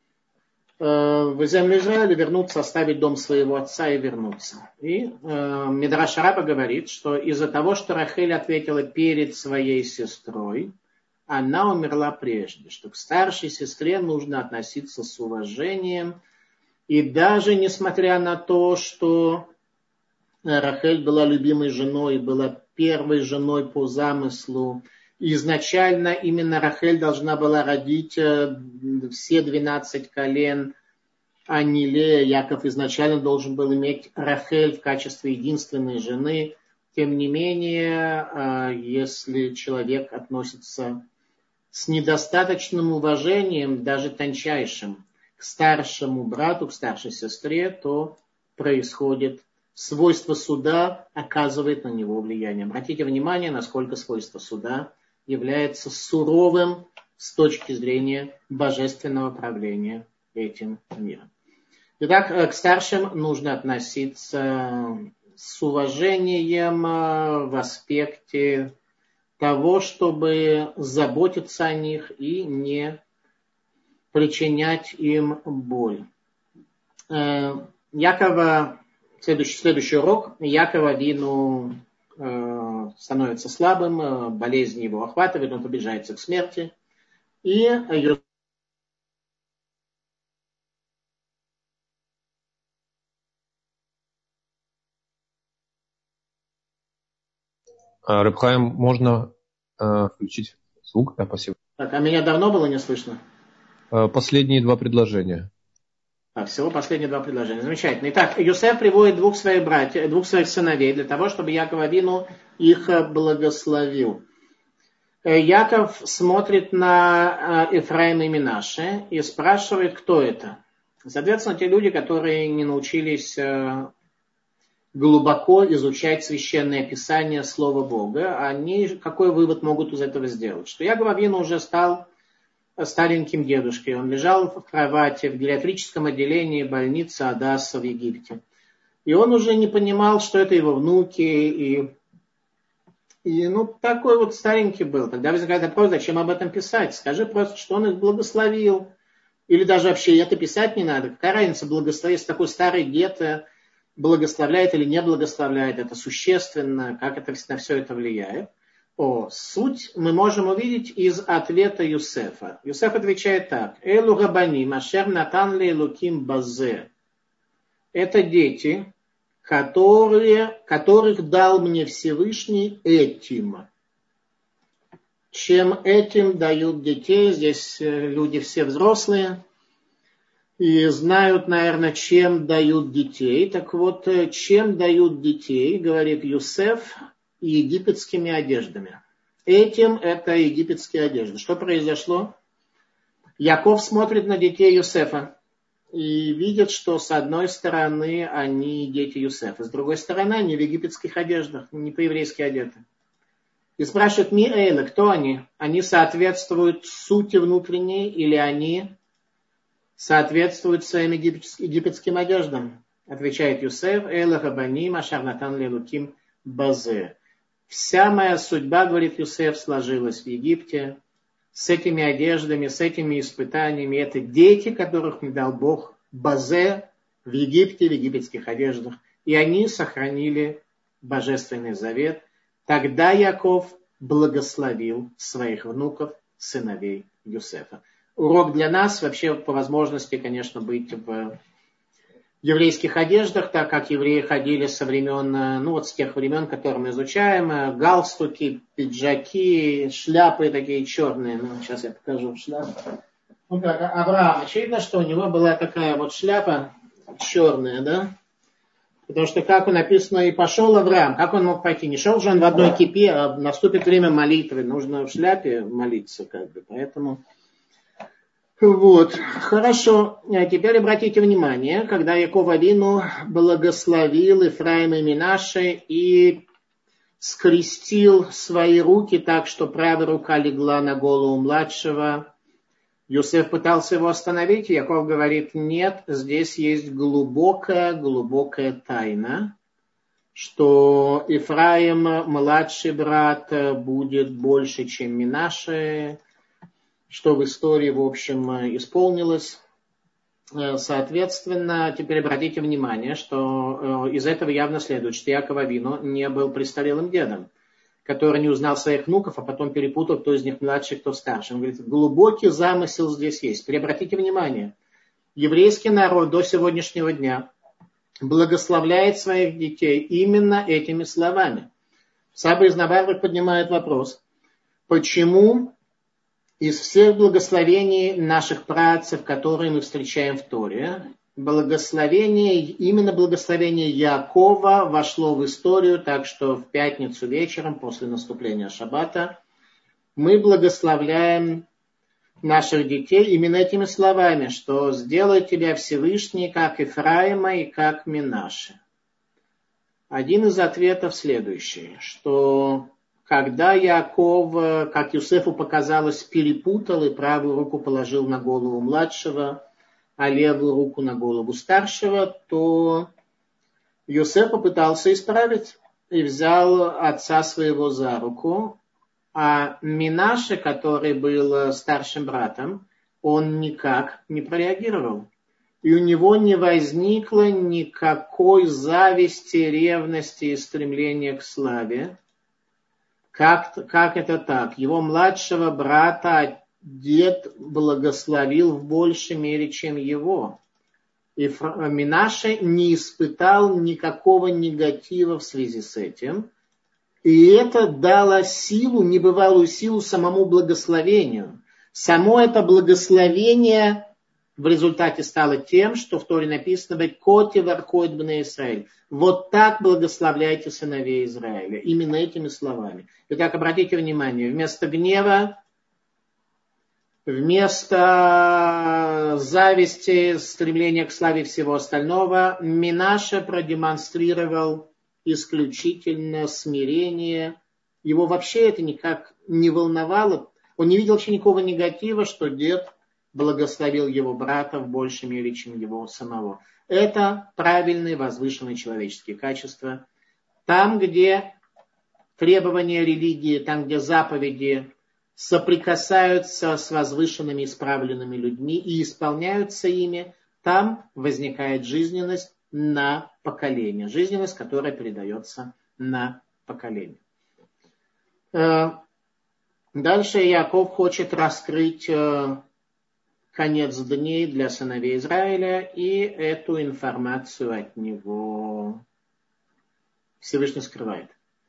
в землю Израиля, вернуться, оставить дом своего отца и вернуться. И э, Мидраш Раба говорит, что из-за того, что Рахель ответила перед своей сестрой, она умерла прежде, что к старшей сестре нужно относиться с уважением. И даже несмотря на то, что Рахель была любимой женой, была первой женой по замыслу, изначально именно Рахель должна была родить все двенадцать колен, а не Лея. Яков изначально должен был иметь Рахель в качестве единственной жены. Тем не менее, если человек относится с недостаточным уважением, даже тончайшим, к старшему брату, к старшей сестре, то происходит свойство суда, оказывает на него влияние. Обратите внимание, насколько свойство суда является суровым с точки зрения божественного правления этим миром. Итак, к старшим нужно относиться с уважением в аспекте того, чтобы заботиться о них и не причинять им боль. Якова, следующий, следующий урок, Якова Авину становится слабым, болезнь его охватывает, он приближается к смерти. И Реб Хаим, можно э, включить звук? Да, спасибо. Так, а меня давно было не слышно? Э, последние два предложения. Так, всего последние два предложения. Замечательно. Итак, Йосеф приводит двух своих братьев, двух своих сыновей для того, чтобы Яков Авину их благословил. Яков смотрит на Ефраима и Минаше и спрашивает, кто это. Соответственно, те люди, которые не научились глубоко изучать священное писание, Слово Бога, они какой вывод могут из этого сделать? Что Яков Авину уже стал стареньким дедушкой. Он лежал в кровати в гериатрическом отделении больницы Адасса в Египте. И он уже не понимал, что это его внуки. И, и ну, такой вот старенький был. Тогда возникает вопрос, зачем об этом писать? Скажи просто, что он их благословил. Или даже вообще это писать не надо. Какая разница благословить, если такой старый дед благословляет или не благословляет. Это существенно, как это на все это влияет. О, суть мы можем увидеть из ответа Юсефа. Юсеф отвечает так. Элу рабаним ашер натан ле элуким базе. Это дети, которые, которых дал мне Всевышний этим. Чем этим дают детей? Здесь люди все взрослые. И знают, наверное, чем дают детей. Так вот, чем дают детей, говорит Юсеф, египетскими одеждами. Этим это египетские одежды. Что произошло? Яков смотрит на детей Юсефа и видит, что с одной стороны они дети Юсефа, с другой стороны они в египетских одеждах, не по-еврейски одеты. И спрашивает ми эйла, кто они? Они соответствуют сути внутренней или они соответствуют своим египетским одеждам? Отвечает Юсеф, эйла рабаним ашар натан ле элуким базе. Вся моя судьба, говорит Юсеф, сложилась в Египте с этими одеждами, с этими испытаниями. Это дети, которых мне дал Бог базе в Египте, в египетских одеждах. И они сохранили Божественный Завет. Тогда Яков благословил своих внуков, сыновей Юсефа. Урок для нас вообще по возможности, конечно, быть в еврейских одеждах, так как евреи ходили со времен, ну вот с тех времен, которые мы изучаем, галстуки, пиджаки, шляпы такие черные. Ну, сейчас я покажу шляпу. Ну, как Авраам, очевидно, что у него была такая вот шляпа черная, да? Потому что, как написано, и пошел Авраам, как он мог пойти? Не шел же он в одной кипе, а наступит время молитвы, нужно в шляпе молиться, как бы, поэтому... Вот, хорошо. А теперь обратите внимание, когда Яков Авину благословил Ифраима и Минаше и скрестил свои руки так, что правая рука легла на голову младшего, Йосеф пытался его остановить, Яков говорит, нет, здесь есть глубокая, глубокая тайна, что Ифраим, младший брат, будет больше, чем Минаше, что в истории, в общем, исполнилось. Соответственно, теперь обратите внимание, что из этого явно следует, что Яков Авину не был престарелым дедом, который не узнал своих внуков, а потом перепутал, кто из них младший, кто старший. Он говорит, глубокий замысел здесь есть. Теперь обратите внимание, еврейский народ до сегодняшнего дня благословляет своих детей именно этими словами. Саба из Наварвы поднимает вопрос, почему из всех благословений наших працев, которые мы встречаем в Торе, благословение, именно благословение Яакова вошло в историю, так что в пятницу вечером, после наступления Шаббата, мы благословляем наших детей именно этими словами, что сделай тебя Всевышний, как Ифраима и как Минаше. Один из ответов следующий, что когда Яаков, как Юсефу показалось, перепутал и правую руку положил на голову младшего, а левую руку на голову старшего, то Йосеф попытался исправить и взял отца своего за руку, а Минаше, который был старшим братом, он никак не прореагировал. И у него не возникло никакой зависти, ревности и стремления к славе. Как, как это так? Его младшего брата дед благословил в большей мере, чем его. И Минаше не испытал никакого негатива в связи с этим. И это дало силу, небывалую силу самому благословению. Само это благословение в результате стало тем, что в Торе написано «Коти варкоет бне Исраэль». Вот так благословляйте сыновей Израиля. Именно этими словами. Итак, обратите внимание, вместо гнева, вместо зависти, стремления к славе всего остального, Минаше продемонстрировал исключительно смирение. Его вообще это никак не волновало. Он не видел вообще никакого негатива, что дед благословил его брата в большей мере, чем его самого. Это правильные, возвышенные человеческие качества. Там, где требования религии, там, где заповеди соприкасаются с возвышенными, исправленными людьми и исполняются ими, там возникает жизненность на поколение. Жизненность, которая передается на поколение. Дальше Яков хочет раскрыть конец дней для сыновей Израиля, и эту информацию от него Всевышний скрывает.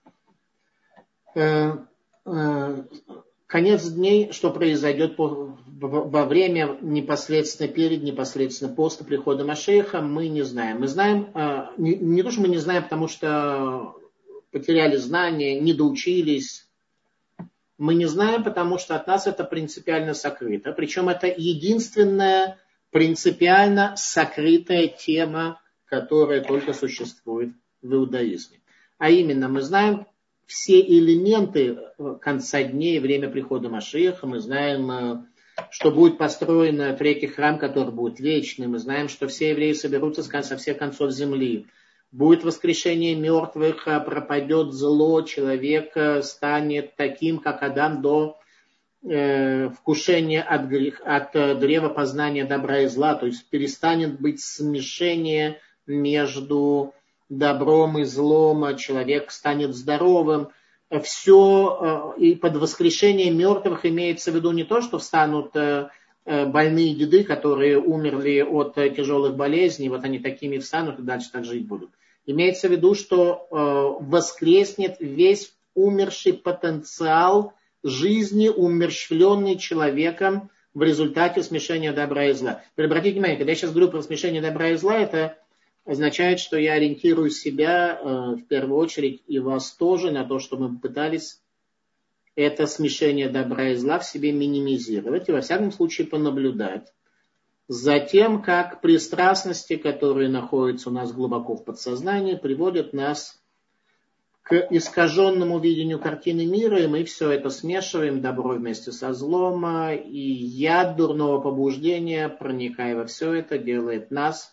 Конец дней, что произойдет во время непосредственно перед, непосредственно после прихода Машиаха, мы не знаем. Мы знаем, не, не то, что мы не знаем, потому что потеряли знания, не доучились. Мы не знаем, потому что от нас это принципиально сокрыто. Причем это единственная принципиально сокрытая тема, которая только существует в иудаизме. А именно, мы знаем все элементы конца дней, время прихода Машиаха. Мы знаем, что будет построен третий храм, который будет вечным. Мы знаем, что все евреи соберутся со всех концов земли. Будет воскрешение мертвых, пропадет зло, человек станет таким, как Адам до э, вкушения от, грех, от древа познания добра и зла. То есть перестанет быть смешение между добром и злом, человек станет здоровым. Все, э, и под воскрешением мертвых имеется в виду не то, что встанут э, больные деды, которые умерли от тяжелых болезней, вот они такими встанут и дальше так жить будут. Имеется в виду, что э, воскреснет весь умерший потенциал жизни, умерщвленный человеком в результате смешения добра и зла. Теперь обратите внимание, когда я сейчас говорю про смешение добра и зла, это означает, что я ориентирую себя в первую очередь и вас тоже на то, что мы пытались это смешение добра и зла в себе минимизировать и во всяком случае понаблюдать за тем, как пристрастности, которые находятся у нас глубоко в подсознании, приводят нас к искаженному видению картины мира, и мы все это смешиваем, добро вместе со злом, и яд дурного побуждения, проникая во все это, делает нас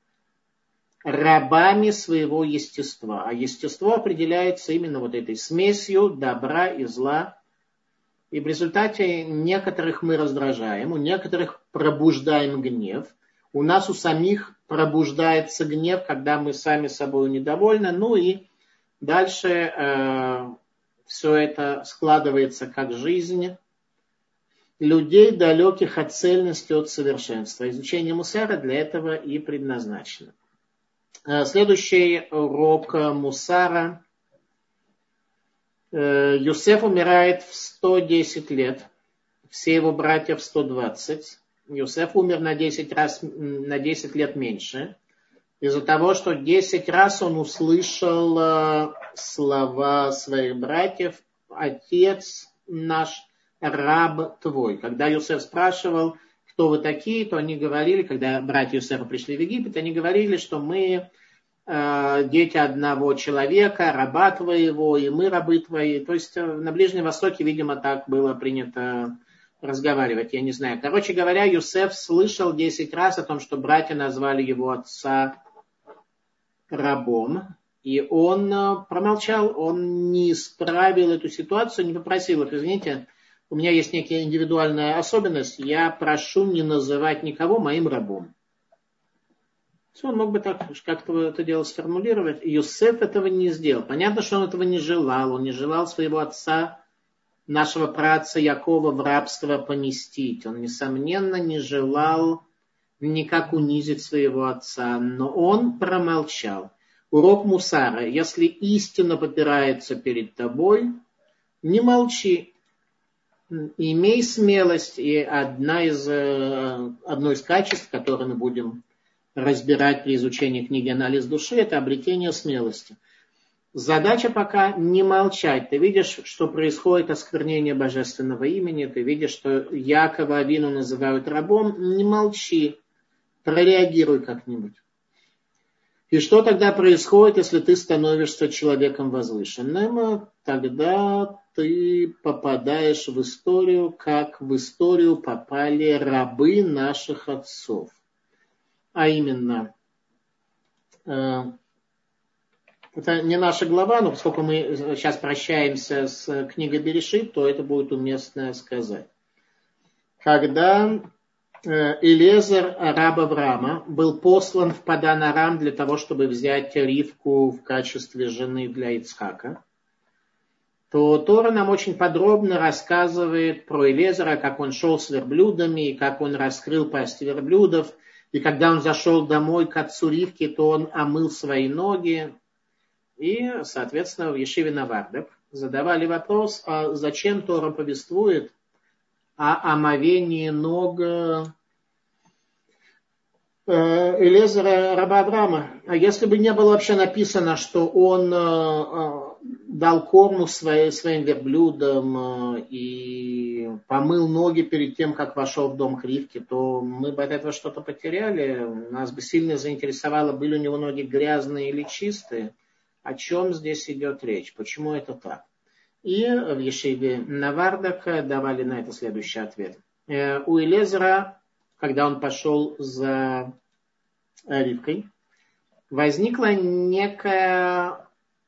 рабами своего естества. А естество определяется именно вот этой смесью добра и зла. И в результате некоторых мы раздражаем, у некоторых пробуждаем гнев. У нас у самих пробуждается гнев, когда мы сами собой недовольны. Ну и дальше э, все это складывается как жизнь людей, далеких от цельности, от совершенства. Изучение мусара для этого и предназначено. Следующий урок мусара. Юсеф умирает в сто десять лет. Все его братья в сто двадцать. Юсеф умер на десять раз, на десять лет меньше. Из-за того, что десять раз он услышал слова своих братьев: «Отец наш, раб твой». Когда Юсеф спрашивал, кто вы такие, то они говорили, когда братья Юсефа пришли в Египет, они говорили, что мы э, дети одного человека, раба твоего, и мы рабы твои. То есть на Ближнем Востоке, видимо, так было принято разговаривать, я не знаю. Короче говоря, Юсеф слышал десять раз о том, что братья назвали его отца рабом, и он промолчал, он не исправил эту ситуацию, не попросил их: извините, у меня есть некая индивидуальная особенность, я прошу не называть никого моим рабом. Все, он мог бы так как-то это дело сформулировать. Юсеф этого не сделал. Понятно, что он этого не желал. Он не желал своего отца, нашего праотца Якова, в рабство поместить. Он, несомненно, не желал никак унизить своего отца. Но он промолчал. Урок мусара. Если истина попирается перед тобой, не молчи. Имей смелость, и одна из, одно из качеств, которые мы будем разбирать при изучении книги «Анализ души», это обретение смелости. Задача пока не молчать. Ты видишь, что происходит осквернение божественного имени, ты видишь, что Якова Авину называют рабом, не молчи, прореагируй как-нибудь. И что тогда происходит, если ты становишься человеком возвышенным? Тогда ты попадаешь в историю, как в историю попали рабы наших отцов. А именно, э, это не наша глава, но поскольку мы сейчас прощаемся с книгой Берешит, то это будет уместно сказать. Когда Элиезер, раб Авраама, был послан в Падан-Арам для того, чтобы взять Ривку в качестве жены для Ицхака, то Тора нам очень подробно рассказывает про Элиезера, как он шел с верблюдами, и как он раскрыл пасть верблюдов, и когда он зашел домой к отцу Ривки, то он омыл свои ноги. И, соответственно, в Ешиве Навардак задавали вопрос, а зачем Тора повествует о омовении ног Элиезера, раба Авраама. А если бы не было вообще написано, что он дал корму своим, своим верблюдам и помыл ноги перед тем, как вошел в дом к Ривке, то мы бы от этого что-то потеряли. Нас бы сильно заинтересовало, были у него ноги грязные или чистые. О чем здесь идет речь? Почему это так? И в Ешиве Навардака давали на это следующий ответ. У Элиезера, когда он пошел за Ривкой, возникла некая,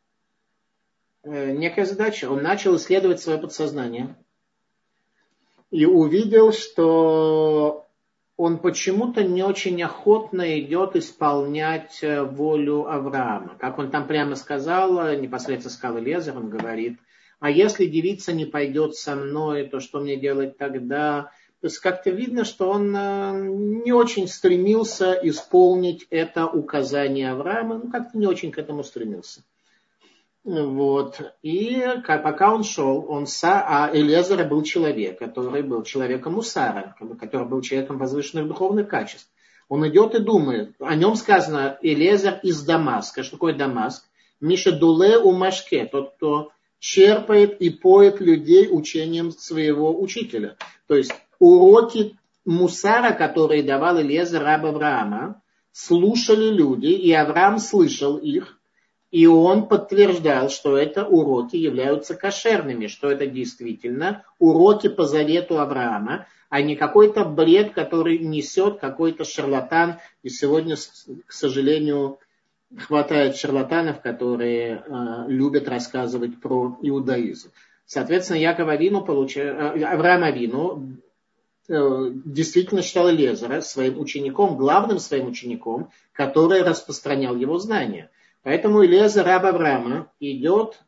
некая задача. Он начал исследовать свое подсознание и увидел, что он почему-то не очень охотно идет исполнять волю Авраама. Как он там прямо сказал, непосредственно сказал Элиезер, он говорит: а если девица не пойдет со мной, то что мне делать тогда? То есть как-то видно, что он не очень стремился исполнить это указание Авраама, ну как-то не очень к этому стремился. Вот. И пока он шел, он са, а Элиезер был человек, который был человеком мусара, который был человеком возвышенных духовных качеств. Он идет и думает. О нем сказано Элиэзер из Дамаска. Что такое Дамаск? Миша Дуле у Машке. Тот, кто черпает и поет людей учением своего учителя. То есть уроки мусара, которые давал Элиэзер раб Авраама, слушали люди, и Авраам слышал их, и он подтверждал, что это уроки являются кошерными, что это действительно уроки по завету Авраама, а не какой-то бред, который несет какой-то шарлатан. И сегодня, к сожалению, хватает шарлатанов, которые э, любят рассказывать про иудаизм. Соответственно, Яков Авину, получ... Авраам Авину э, действительно считал Элиэзера своим учеником, главным своим учеником, который распространял его знания. Поэтому Элиэзер, раб Авраама, идет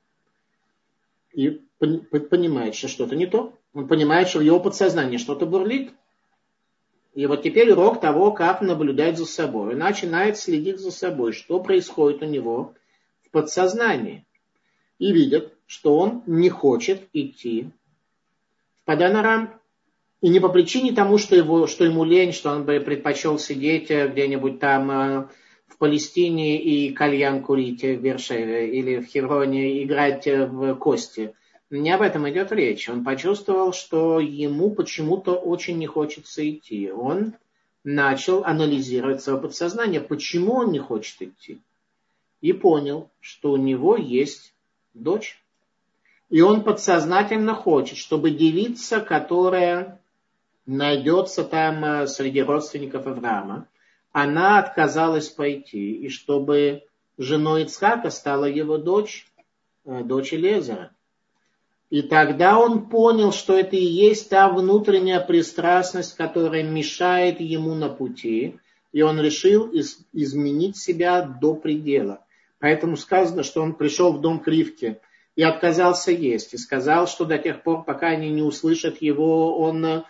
и понимает, что что-то не то. Он понимает, что в его подсознании что-то бурлит. И вот теперь урок того, как наблюдать за собой. Он начинает следить за собой, что происходит у него в подсознании. И видит, что он не хочет идти в Падан Арам. И не по причине тому, что, его, что ему лень, что он бы предпочел сидеть где-нибудь там в Палестине и кальян курить в Бершеве или в Хевроне играть в кости. Не об этом идет речь. Он почувствовал, что ему почему-то очень не хочется идти. Он начал анализировать свое подсознание, почему он не хочет идти. И понял, что у него есть дочь. И он подсознательно хочет, чтобы девица, которая найдется там среди родственников Авраама, она отказалась пойти. И чтобы женой Ицхака стала его дочь, дочь Элиэзера. И тогда он понял, что это и есть та внутренняя пристрастность, которая мешает ему на пути. И он решил из- изменить себя до предела. Поэтому сказано, что он пришел в дом к Ривке и отказался есть. И сказал, что до тех пор, пока они не услышат его, он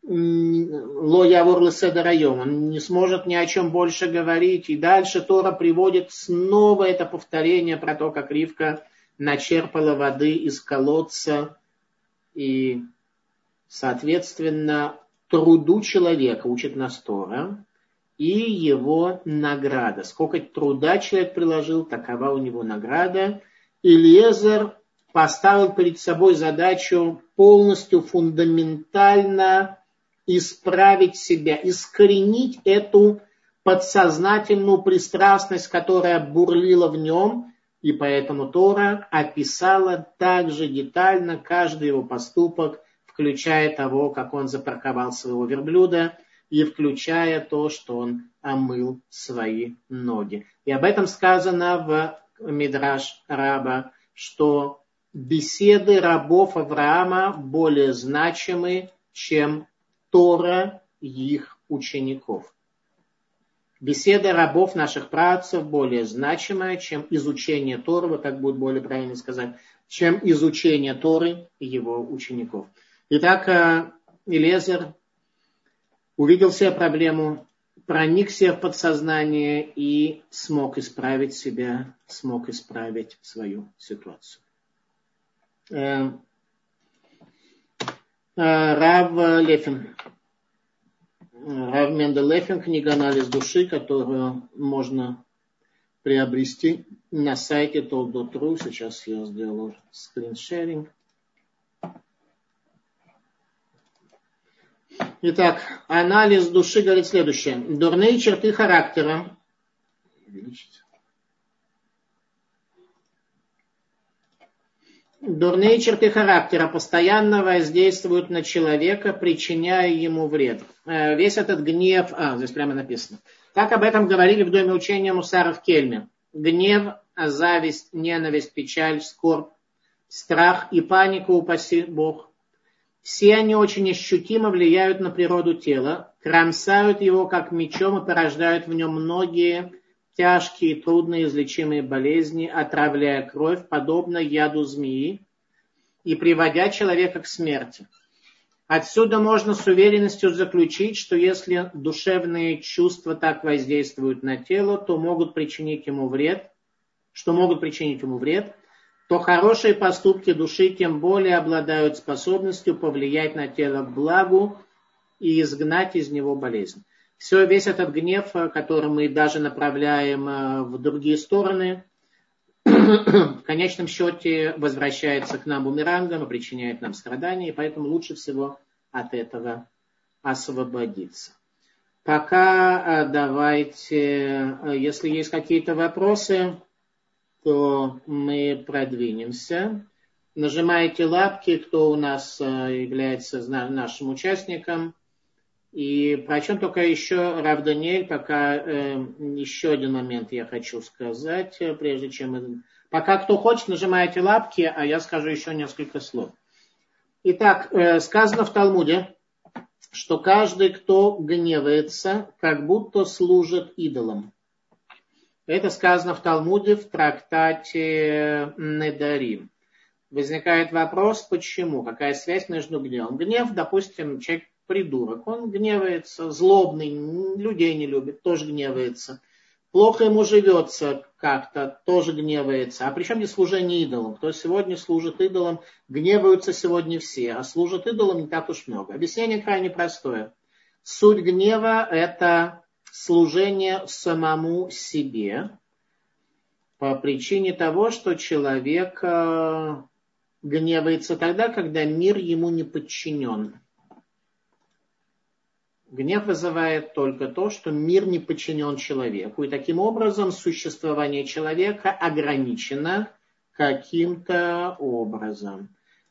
ло явор леседер айом, он не сможет ни о чем больше говорить. И дальше Тора приводит снова это повторение про то, как Ривка начерпала воды из колодца, и, соответственно, труду человека учит нас Тора, и его награда. Сколько труда человек приложил, такова у него награда. Элиэзер поставил перед собой задачу полностью фундаментально исправить себя, искоренить эту подсознательную пристрастность, которая бурлила в нем. И поэтому Тора описала также детально каждый его поступок, включая того, как он запарковал своего верблюда, и включая то, что он омыл свои ноги. И об этом сказано в Мидраш Раба, что беседы рабов Авраама более значимы, чем Тора их учеников. Беседа рабов наших праотцев более значимая, чем изучение Торы, как будет более правильно сказать, чем изучение Торы его учеников. Итак, Элиэзер увидел себе проблему, проникся в подсознание и смог исправить себя, смог исправить свою ситуацию. Рав Лефин. Рав Мендель Лефин, книга «Анализ души», которую можно приобрести на сайте толдот точка ру. Сейчас я сделаю скриншеринг. Итак, анализ души говорит следующее. Дурные черты характера. Увеличить. Дурные черты характера постоянно воздействуют на человека, причиняя ему вред. Весь этот гнев... А, здесь прямо написано. Так об этом говорили в доме учения Мусара в Кельме. Гнев, зависть, ненависть, печаль, скорбь, страх и паника, упаси Бог. Все они очень ощутимо влияют на природу тела, кромсают его как мечом и порождают в нем многие тяжкие, трудноизлечимые болезни, отравляя кровь, подобно яду змеи, и приводя человека к смерти. Отсюда можно с уверенностью заключить, что если душевные чувства так воздействуют на тело, то могут причинить ему вред, что могут причинить ему вред, то хорошие поступки души тем более обладают способностью повлиять на тело к благу и изгнать из него болезнь. Все, весь этот гнев, который мы даже направляем в другие стороны, в конечном счете возвращается к нам бумерангом и причиняет нам страдания, и поэтому лучше всего от этого освободиться. Пока давайте, если есть какие-то вопросы, то мы продвинемся. Нажимаете лапки, кто у нас является нашим участником. И причем только еще, Рав Даниэль, пока э, еще один момент я хочу сказать, прежде чем... Мы... Пока кто хочет, нажимаете лапки, а я скажу еще несколько слов. Итак, э, сказано в Талмуде, что каждый, кто гневается, как будто служит идолам. Это сказано в Талмуде в трактате Недарим. Возникает вопрос, почему? Какая связь между гневом? Гнев, допустим, человек придурок, он гневается, злобный, людей не любит, тоже гневается. Плохо ему живется как-то, тоже гневается. А при чем здесь служение идолам? Кто сегодня служит идолам, гневаются сегодня все, а служат идолам не так уж много. Объяснение крайне простое. Суть гнева – это служение самому себе по причине того, что человек гневается тогда, когда мир ему не подчинен. Гнев вызывает только то, что мир не подчинен человеку. И таким образом существование человека ограничено каким-то образом.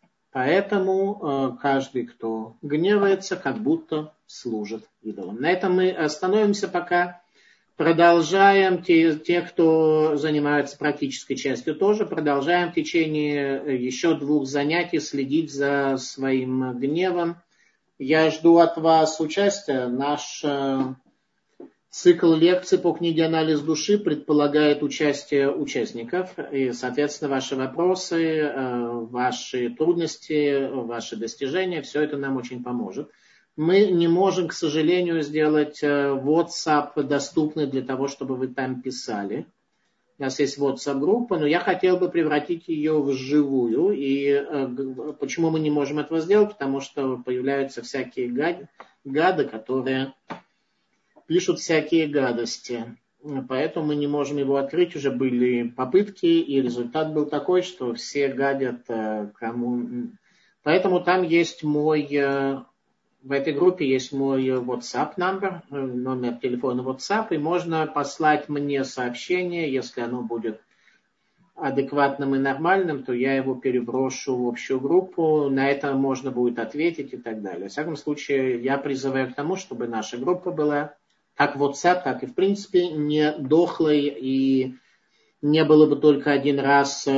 Поэтому каждый, кто гневается, как будто служит идолам. На этом мы остановимся пока. Продолжаем, те, те, кто занимается практической частью тоже, продолжаем в течение еще двух занятий следить за своим гневом. Я жду от вас участия. Наш э, цикл лекций по книге «Анализ души» предполагает участие участников. И, соответственно, ваши вопросы, э, ваши трудности, ваши достижения, все это нам очень поможет. Мы не можем, к сожалению, сделать э, WhatsApp доступный для того, чтобы вы там писали. У нас есть WhatsApp-группа, но я хотел бы превратить ее в живую. И э, почему мы не можем этого сделать? Потому что появляются всякие гад, гады, которые пишут всякие гадости. Поэтому мы не можем его открыть. Уже были попытки, и результат был такой, что все гадят э, кому. Поэтому там есть мой... Э, В этой группе есть мой WhatsApp номер, номер телефона WhatsApp, и можно послать мне сообщение, если оно будет адекватным и нормальным, то я его переброшу в общую группу, на это можно будет ответить и так далее. В всяком случае, я призываю к тому, чтобы наша группа была как WhatsApp, так и в принципе не дохлой, и не было бы только один раз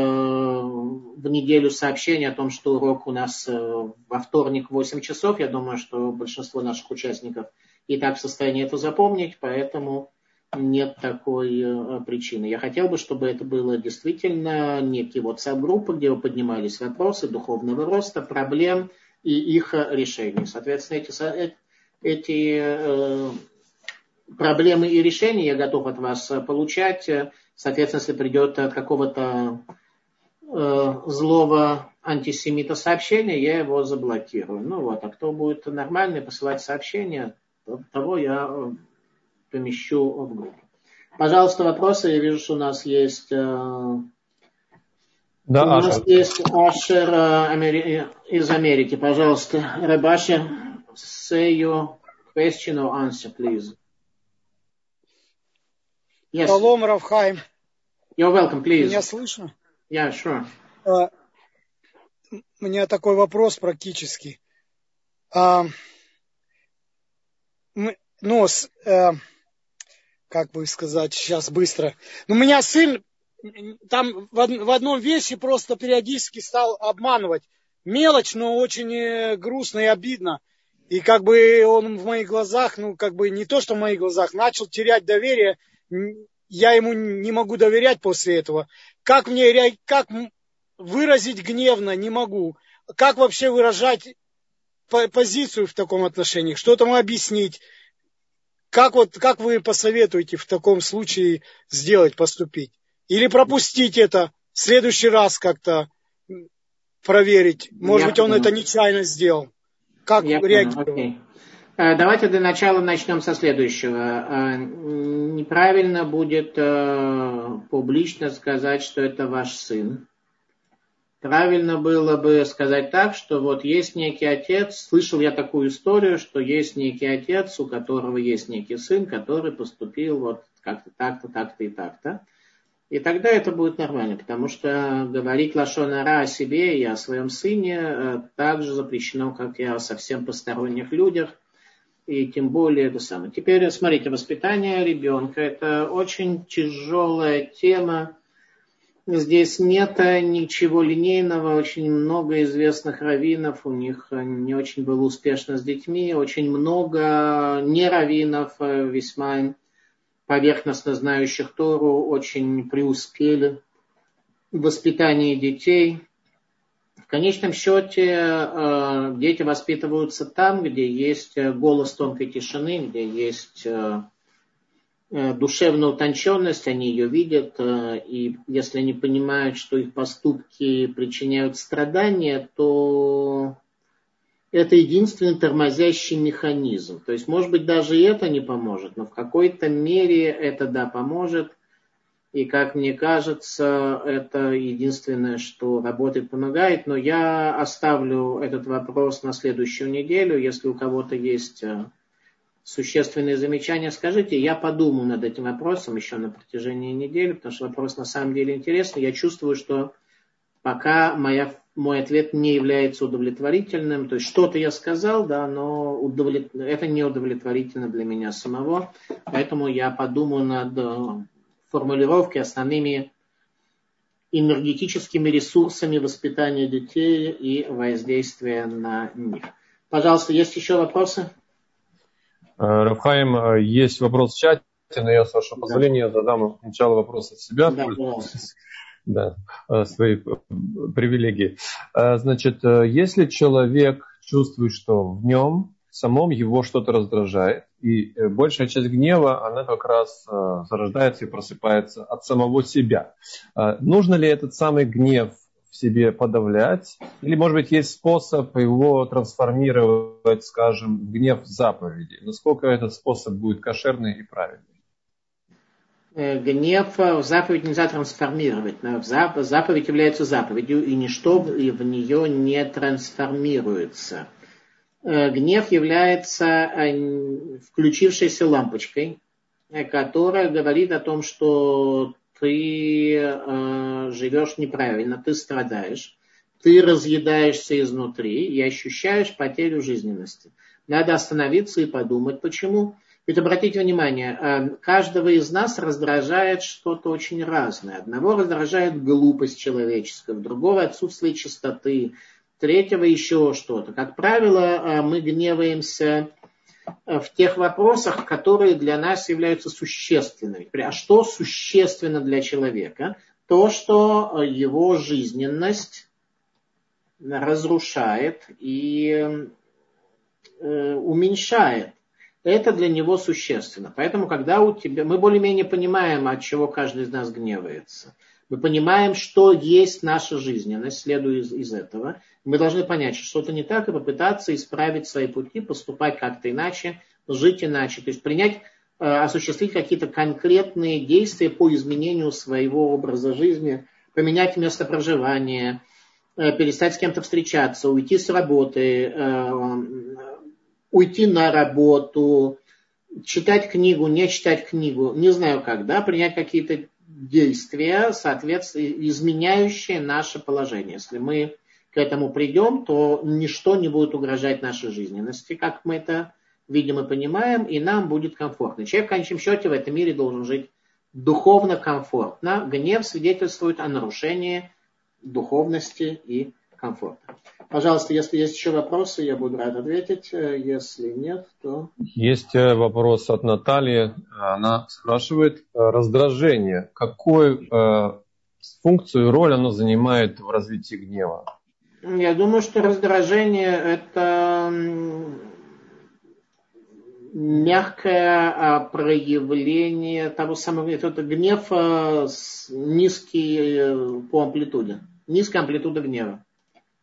в неделю сообщение о том, что урок у нас во вторник в восемь часов. Я думаю, что большинство наших участников и так в состоянии это запомнить, поэтому нет такой причины. Я хотел бы, чтобы это было действительно некие WhatsApp-группы, где поднимались вопросы духовного роста, проблем и их решений. Соответственно, эти, эти э, проблемы и решения я готов от вас получать. Соответственно, если придет от какого-то э, злого антисемита сообщение, я его заблокирую. Ну вот, а кто будет нормальный посылать сообщения, того я помещу в группу. Пожалуйста, вопросы. Я вижу, что у нас есть... Э, да, у Ашер. нас есть Ашер э, Амери... из Америки. Пожалуйста, Рабаши, say your question or answer, please. Yes. Шалом, Равхайм. You're welcome, please. Меня слышно? Yeah, sure. Uh, у меня такой вопрос практически. Uh, ну, с, uh, как бы сказать сейчас быстро. У меня сын там в, в одном весе просто периодически стал обманывать. Мелочь, но очень грустно и обидно. И как бы он в моих глазах, ну как бы не то, что в моих глазах, начал терять доверие. Я ему не могу доверять после этого. Как мне как выразить гневно, не могу. Как вообще выражать позицию в таком отношении? Что там объяснить? Как, вот, как вы посоветуете в таком случае сделать, поступить? Или пропустить это, в следующий раз как-то проверить? Может Я быть, понял. Он это нечаянно сделал. Как Я реагировать? Okay. Давайте для начала начнем со следующего. Неправильно будет публично сказать, что это ваш сын. Правильно было бы сказать так, что вот есть некий отец, слышал я такую историю, что есть некий отец, у которого есть некий сын, который поступил вот как-то так-то, так-то и так-то. И тогда это будет нормально, потому что говорить лашон ара о себе и о своем сыне также запрещено, как и о совсем посторонних людях. И тем более это самое. Теперь смотрите, воспитание ребенка – это очень тяжелая тема. Здесь нет ничего линейного, очень много известных раввинов, у них не очень было успешно с детьми, очень много нераввинов, весьма поверхностно знающих Тору, очень преуспели в воспитании детей. В конечном счете дети воспитываются там, где есть голос тонкой тишины, где есть душевная утонченность, они ее видят, и если они понимают, что их поступки причиняют страдания, то это единственный тормозящий механизм. То есть, может быть, даже и это не поможет, но в какой-то мере это, да, поможет. И, как мне кажется, это единственное, что работает, помогает. Но я оставлю этот вопрос на следующую неделю. Если у кого-то есть существенные замечания, скажите. Я подумаю над этим вопросом еще на протяжении недели, потому что вопрос на самом деле интересный. Я чувствую, что пока моя, мой ответ не является удовлетворительным. То есть что-то я сказал, да, но удовлет... это не удовлетворительно для меня самого. Поэтому я подумаю над формулировки, основными энергетическими ресурсами воспитания детей и воздействия на них. Пожалуйста, есть еще вопросы? Рав Хаим, есть вопрос в чате, но я, с вашего позволения, задам сначала вопрос от себя. Да, пожалуйста. Да, свои привилегии. Значит, если человек чувствует, что в нем самом его что-то раздражает, и большая часть гнева, она как раз зарождается и просыпается от самого себя. Нужно ли этот самый гнев в себе подавлять? Или, может быть, есть способ его трансформировать, скажем, в гнев в заповеди? Насколько этот способ будет кошерный и правильный? Гнев в заповедь нельзя трансформировать. Заповедь является заповедью, и ничто в нее не трансформируется. Гнев является включившейся лампочкой, которая говорит о том, что ты э, живешь неправильно, ты страдаешь, ты разъедаешься изнутри и ощущаешь потерю жизненности. Надо остановиться и подумать, почему. Ведь обратите внимание, каждого из нас раздражает что-то очень разное. Одного раздражает глупость человеческая, другого отсутствие чистоты, третьего еще что-то. Как правило, мы гневаемся в тех вопросах, которые для нас являются существенными. А что существенно для человека? То, что его жизненность разрушает и уменьшает. Это для него существенно. Поэтому, когда у тебя... Мы более-менее понимаем, от чего каждый из нас гневается. Мы понимаем, что есть наша жизненность, следуя из, из этого. Мы должны понять, что что-то не так, и попытаться исправить свои пути, поступать как-то иначе, жить иначе. То есть принять, э, осуществить какие-то конкретные действия по изменению своего образа жизни, поменять место проживания, э, перестать с кем-то встречаться, уйти с работы, э, уйти на работу, читать книгу, не читать книгу, не знаю как, да, принять какие-то действия, соответственно, изменяющие наше положение. Если мы к этому придем, то ничто не будет угрожать нашей жизненности, как мы это видим и понимаем, и нам будет комфортно. Человек в конечном счете в этом мире должен жить духовно комфортно. Гнев свидетельствует о нарушении духовности и комфорта. Пожалуйста, если есть еще вопросы, я буду рад ответить. Если нет, то... Есть вопрос от Натальи. Она спрашивает, раздражение. Какую э, функцию и роль оно занимает в развитии гнева? Я думаю, что раздражение – это мягкое проявление того самого... Это гнев низкий по амплитуде. Низкая амплитуда гнева.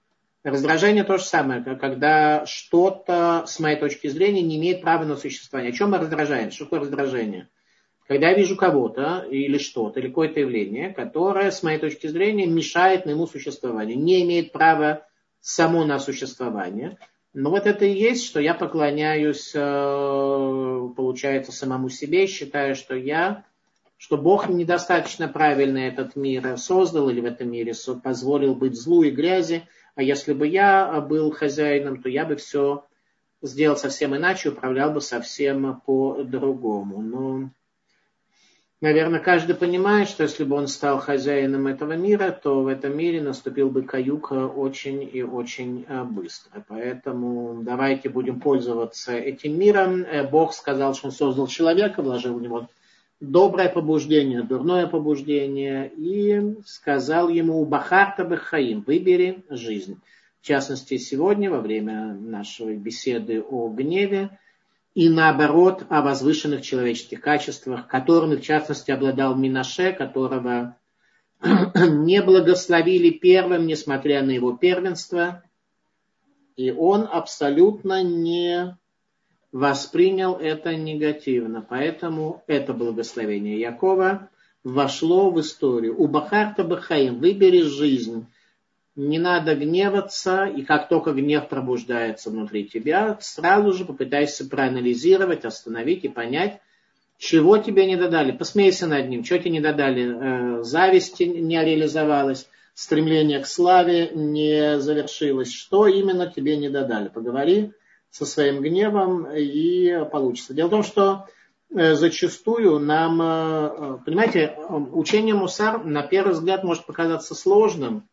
Раздражение то же самое, когда что-то, с моей точки зрения, не имеет права на существование. О чем мы раздражаем? Что такое раздражение? Когда я вижу кого-то или что-то, или какое-то явление, которое, с моей точки зрения, мешает моему существованию, не имеет права само на существование. Но вот это и есть, что я поклоняюсь, получается, самому себе, считаю, что я, что Бог недостаточно правильно этот мир создал, или в этом мире позволил быть злу и грязи, а если бы я был хозяином, то я бы все сделал совсем иначе, управлял бы совсем по-другому. Но, наверное, каждый понимает, что если бы он стал хозяином этого мира, то в этом мире наступил бы каюк очень и очень быстро. Поэтому давайте будем пользоваться этим миром. Бог сказал, что он создал человека, вложил в него доброе побуждение, дурное побуждение, и сказал ему: «Бахарта бехаим», выбери жизнь. В частности, сегодня, во время нашей беседы о гневе, и наоборот, о возвышенных человеческих качествах, которыми, в частности, обладал Минаше, которого не благословили первым, несмотря на его первенство, и он абсолютно не воспринял это негативно. Поэтому это благословение Якова вошло в историю. У Бахарта Бахаим, выбери жизнь. Не надо гневаться, и как только гнев пробуждается внутри тебя, сразу же попытайся проанализировать, остановить и понять, чего тебе не додали. Посмейся над ним, что тебе не додали. Зависть не реализовалась, стремление к славе не завершилось. Что именно тебе не додали? Поговори со своим гневом, и получится. Дело в том, что зачастую нам, понимаете, учение мусар на первый взгляд может показаться сложным,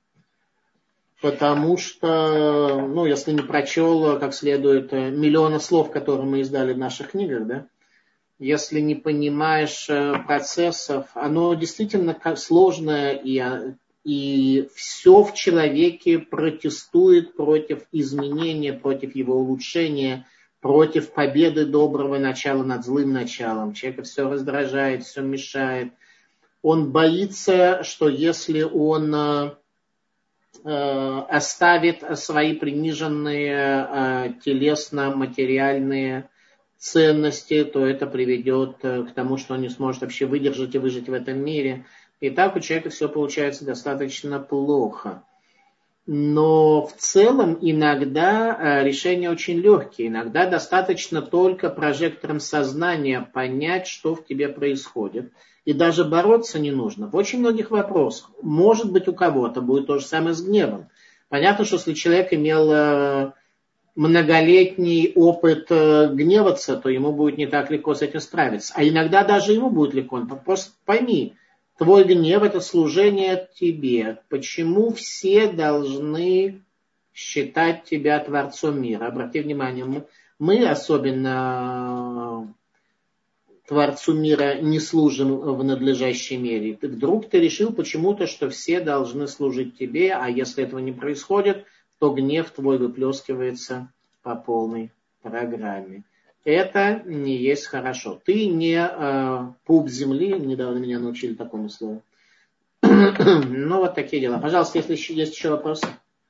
потому что, ну, если не прочел как следует миллиона слов, которые мы издали в наших книгах, да, если не понимаешь процессов, оно действительно сложное, и И все в человеке протестует против изменения, против его улучшения, против победы доброго начала над злым началом. Человека все раздражает, все мешает. Он боится, что если он э, оставит свои приниженные э, телесно-материальные ценности, то это приведет к тому, что он не сможет вообще выдержать и выжить в этом мире. И так у человека все получается достаточно плохо. Но в целом иногда решения очень легкие. Иногда достаточно только прожектором сознания понять, что в тебе происходит. И даже бороться не нужно. В очень многих вопросах. Может быть, у кого-то будет то же самое с гневом. Понятно, что если человек имел многолетний опыт гневаться, то ему будет не так легко с этим справиться. А иногда даже ему будет легко. Просто пойми, твой гнев – это служение тебе. Почему все должны считать тебя Творцом мира? Обрати внимание, мы, мы особенно Творцу мира не служим в надлежащей мере. Ты, вдруг ты решил почему-то, что все должны служить тебе, а если этого не происходит, то гнев твой выплескивается по полной программе. Это не есть хорошо. Ты не э, пуп земли, недавно меня научили такому слову. Ну, вот такие дела. Пожалуйста, если еще, есть еще вопросы.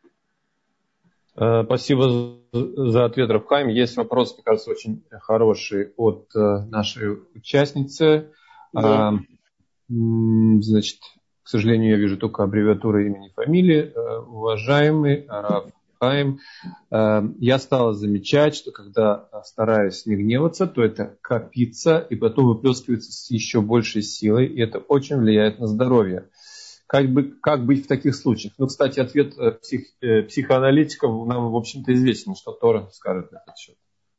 Спасибо за ответ, Рав Хаим. Есть вопрос, мне кажется, очень хороший от нашей участницы. Да. Значит, к сожалению, я вижу только аббревиатуру имени и фамилии. Уважаемый Рав Хаим, я стала замечать, что когда стараюсь не гневаться, то это копится и потом выплескивается с еще большей силой, и это очень влияет на здоровье. Как, бы, как быть в таких случаях? Ну, кстати, ответ псих, психоаналитиков нам, в общем-то, известен, что Тора скажет на этот счет.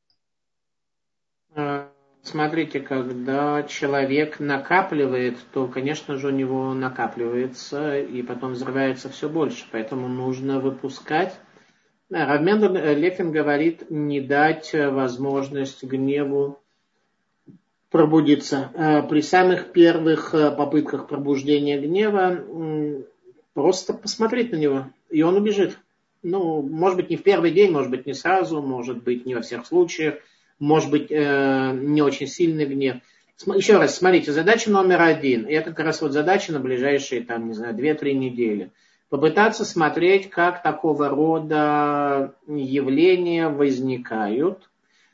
Смотрите, когда человек накапливает, то, конечно же, у него накапливается и потом взрывается все больше. Поэтому нужно выпускать. Рав Мендел Лефин говорит, не дать возможность гневу пробудиться. При самых первых попытках пробуждения гнева просто посмотреть на него, и он убежит. Ну, может быть, не в первый день, может быть, не сразу, может быть, не во всех случаях, может быть, не очень сильный гнев. Еще раз, смотрите, задача номер один, и это как раз вот задача на ближайшие, там, не знаю, две-три недели. попытаться смотреть, как такого рода явления возникают,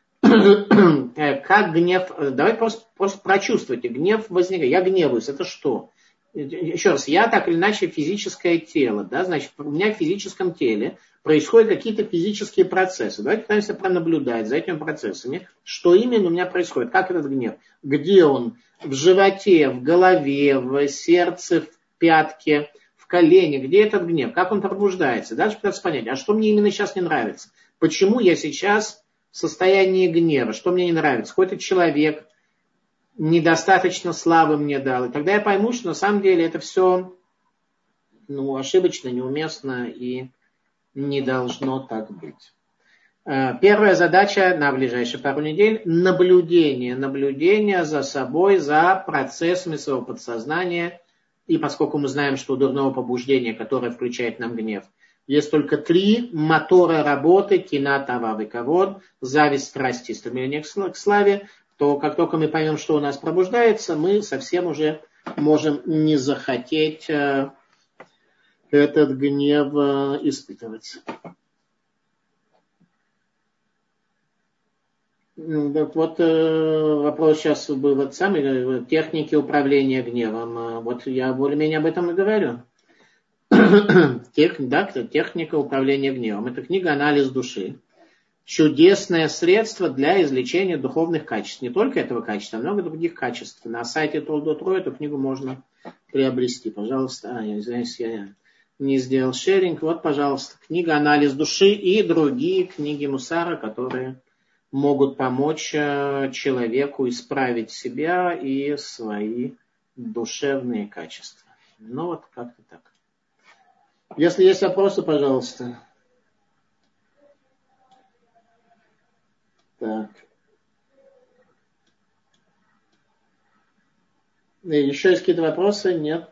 как гнев, давайте просто, просто прочувствуйте, гнев возникает, я гневаюсь, это что? Еще раз, я так или иначе физическое тело, да, значит, у меня в физическом теле происходят какие-то физические процессы. Давайте пытаемся пронаблюдать за этими процессами, что именно у меня происходит, как этот гнев, где он, в животе, в голове, в сердце, в пятке, в колене, где этот гнев, как он пробуждается. Дальше пытаться понять, а что мне именно сейчас не нравится, почему я сейчас в состоянии гнева, что мне не нравится, какой-то человек недостаточно славы мне дал. И тогда я пойму, что на самом деле это все ну, ошибочно, неуместно и не должно так быть. Первая задача на ближайшие пару недель – наблюдение. Наблюдение за собой, за процессами своего подсознания. И поскольку мы знаем, что у дурного побуждения, которое включает нам гнев, есть только три мотора работы – кина, тава, кавод, зависть, страсть и стремление к славе, то как только мы поймем, что у нас пробуждается, мы совсем уже можем не захотеть э, этот гнев э, испытывать. Ну, вот э, вопрос сейчас был вот самый, техники управления гневом. Вот я более-менее об этом и говорю. Тех, да, техника управления гневом. Это книга «Анализ души». Чудесное средство для излечения духовных качеств. Не только этого качества, а много других качеств. На сайте Толдот.ру эту книгу можно приобрести. Пожалуйста, а, я извиняюсь, я не сделал шеринг. Вот, пожалуйста, книга «Анализ души» и другие книги Мусара, которые могут помочь человеку исправить себя и свои душевные качества. Ну вот как-то так. Если есть вопросы, пожалуйста. Так. Еще есть какие-то вопросы? Нет?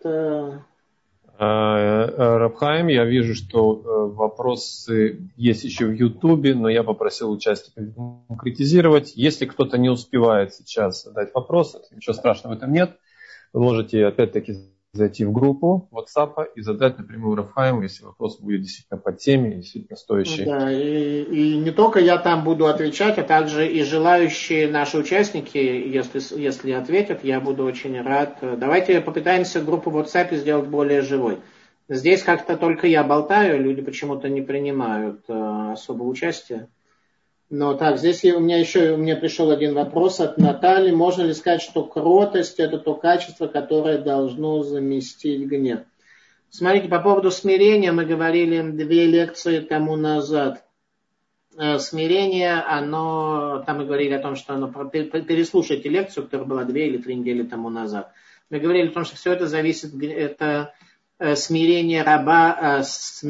Рабхаим, я вижу, что вопросы есть еще в Ютубе, но я попросил участников конкретизировать. Если кто-то не успевает сейчас задать вопрос, ничего страшного в этом нет. Вы можете опять-таки зайти в группу WhatsApp и задать напрямую Рабхаиму, если вопрос будет действительно по теме, действительно стоящий. Да, и, и не только я там буду отвечать, а также и желающие наши участники, если, если ответят, я буду очень рад. Давайте попытаемся группу в WhatsApp сделать более живой. Здесь как-то только я болтаю, люди почему-то не принимают э, особо участия. Но так, здесь у меня еще у меня пришел один вопрос от Натальи. Можно ли сказать, что кротость – это то качество, которое должно заместить гнев? Смотрите, по поводу смирения мы говорили две лекции тому назад. Смирение, оно, там мы говорили о том, что оно, переслушайте лекцию, которая была две или три недели тому назад. Мы говорили о том, что все это зависит, это смирение раба,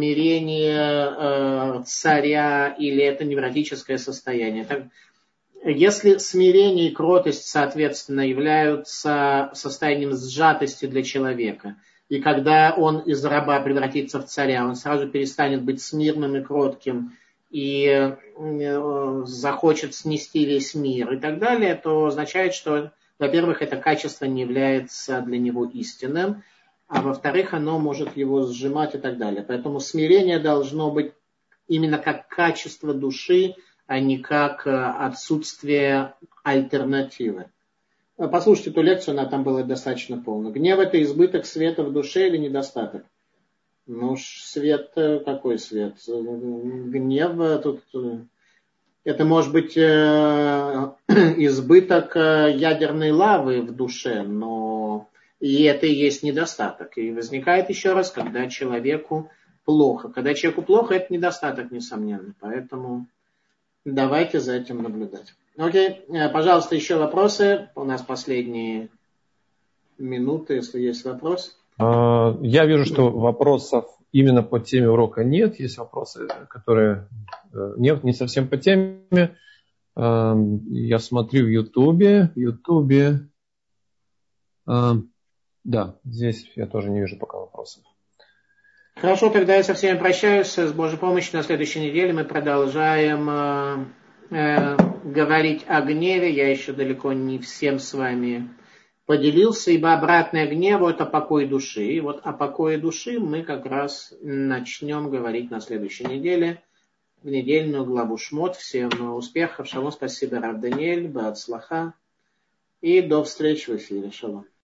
смирение царя или это невротическое состояние. Так, если смирение и кротость, соответственно, являются состоянием сжатости для человека, и когда он из раба превратится в царя, он сразу перестанет быть смирным и кротким, и захочет снести весь мир и так далее, то означает, что, во-первых, это качество не является для него истинным, а во-вторых, оно может его сжимать и так далее. Поэтому смирение должно быть именно как качество души, а не как отсутствие альтернативы. Послушайте эту лекцию, она там была достаточно полна. Гнев – это избыток света в душе или недостаток? Ну, свет, какой свет? Гнев тут... Это может быть избыток ядерной лавы в душе, но и это и есть недостаток. И возникает еще раз, когда человеку плохо. Когда человеку плохо, это недостаток, несомненно. Поэтому давайте за этим наблюдать. Окей, пожалуйста, еще вопросы. У нас последние минуты, если есть вопрос. Я вижу, что вопросов именно по теме урока нет. Есть вопросы, которые нет, не совсем по теме. Я смотрю в Ютубе. В Ютубе. Да, здесь я тоже не вижу пока вопросов. Хорошо, тогда я со всеми прощаюсь. С Божьей помощью на следующей неделе мы продолжаем э, э, говорить о гневе. Я еще далеко не всем с вами поделился, ибо обратное гневу – это покой души. И вот о покое души мы как раз начнем говорить на следующей неделе, в недельную главу Шмот. Всем успехов, шалом, спасибо, Рав Даниэль, баацлаха, и до встречи в эфире, шалом.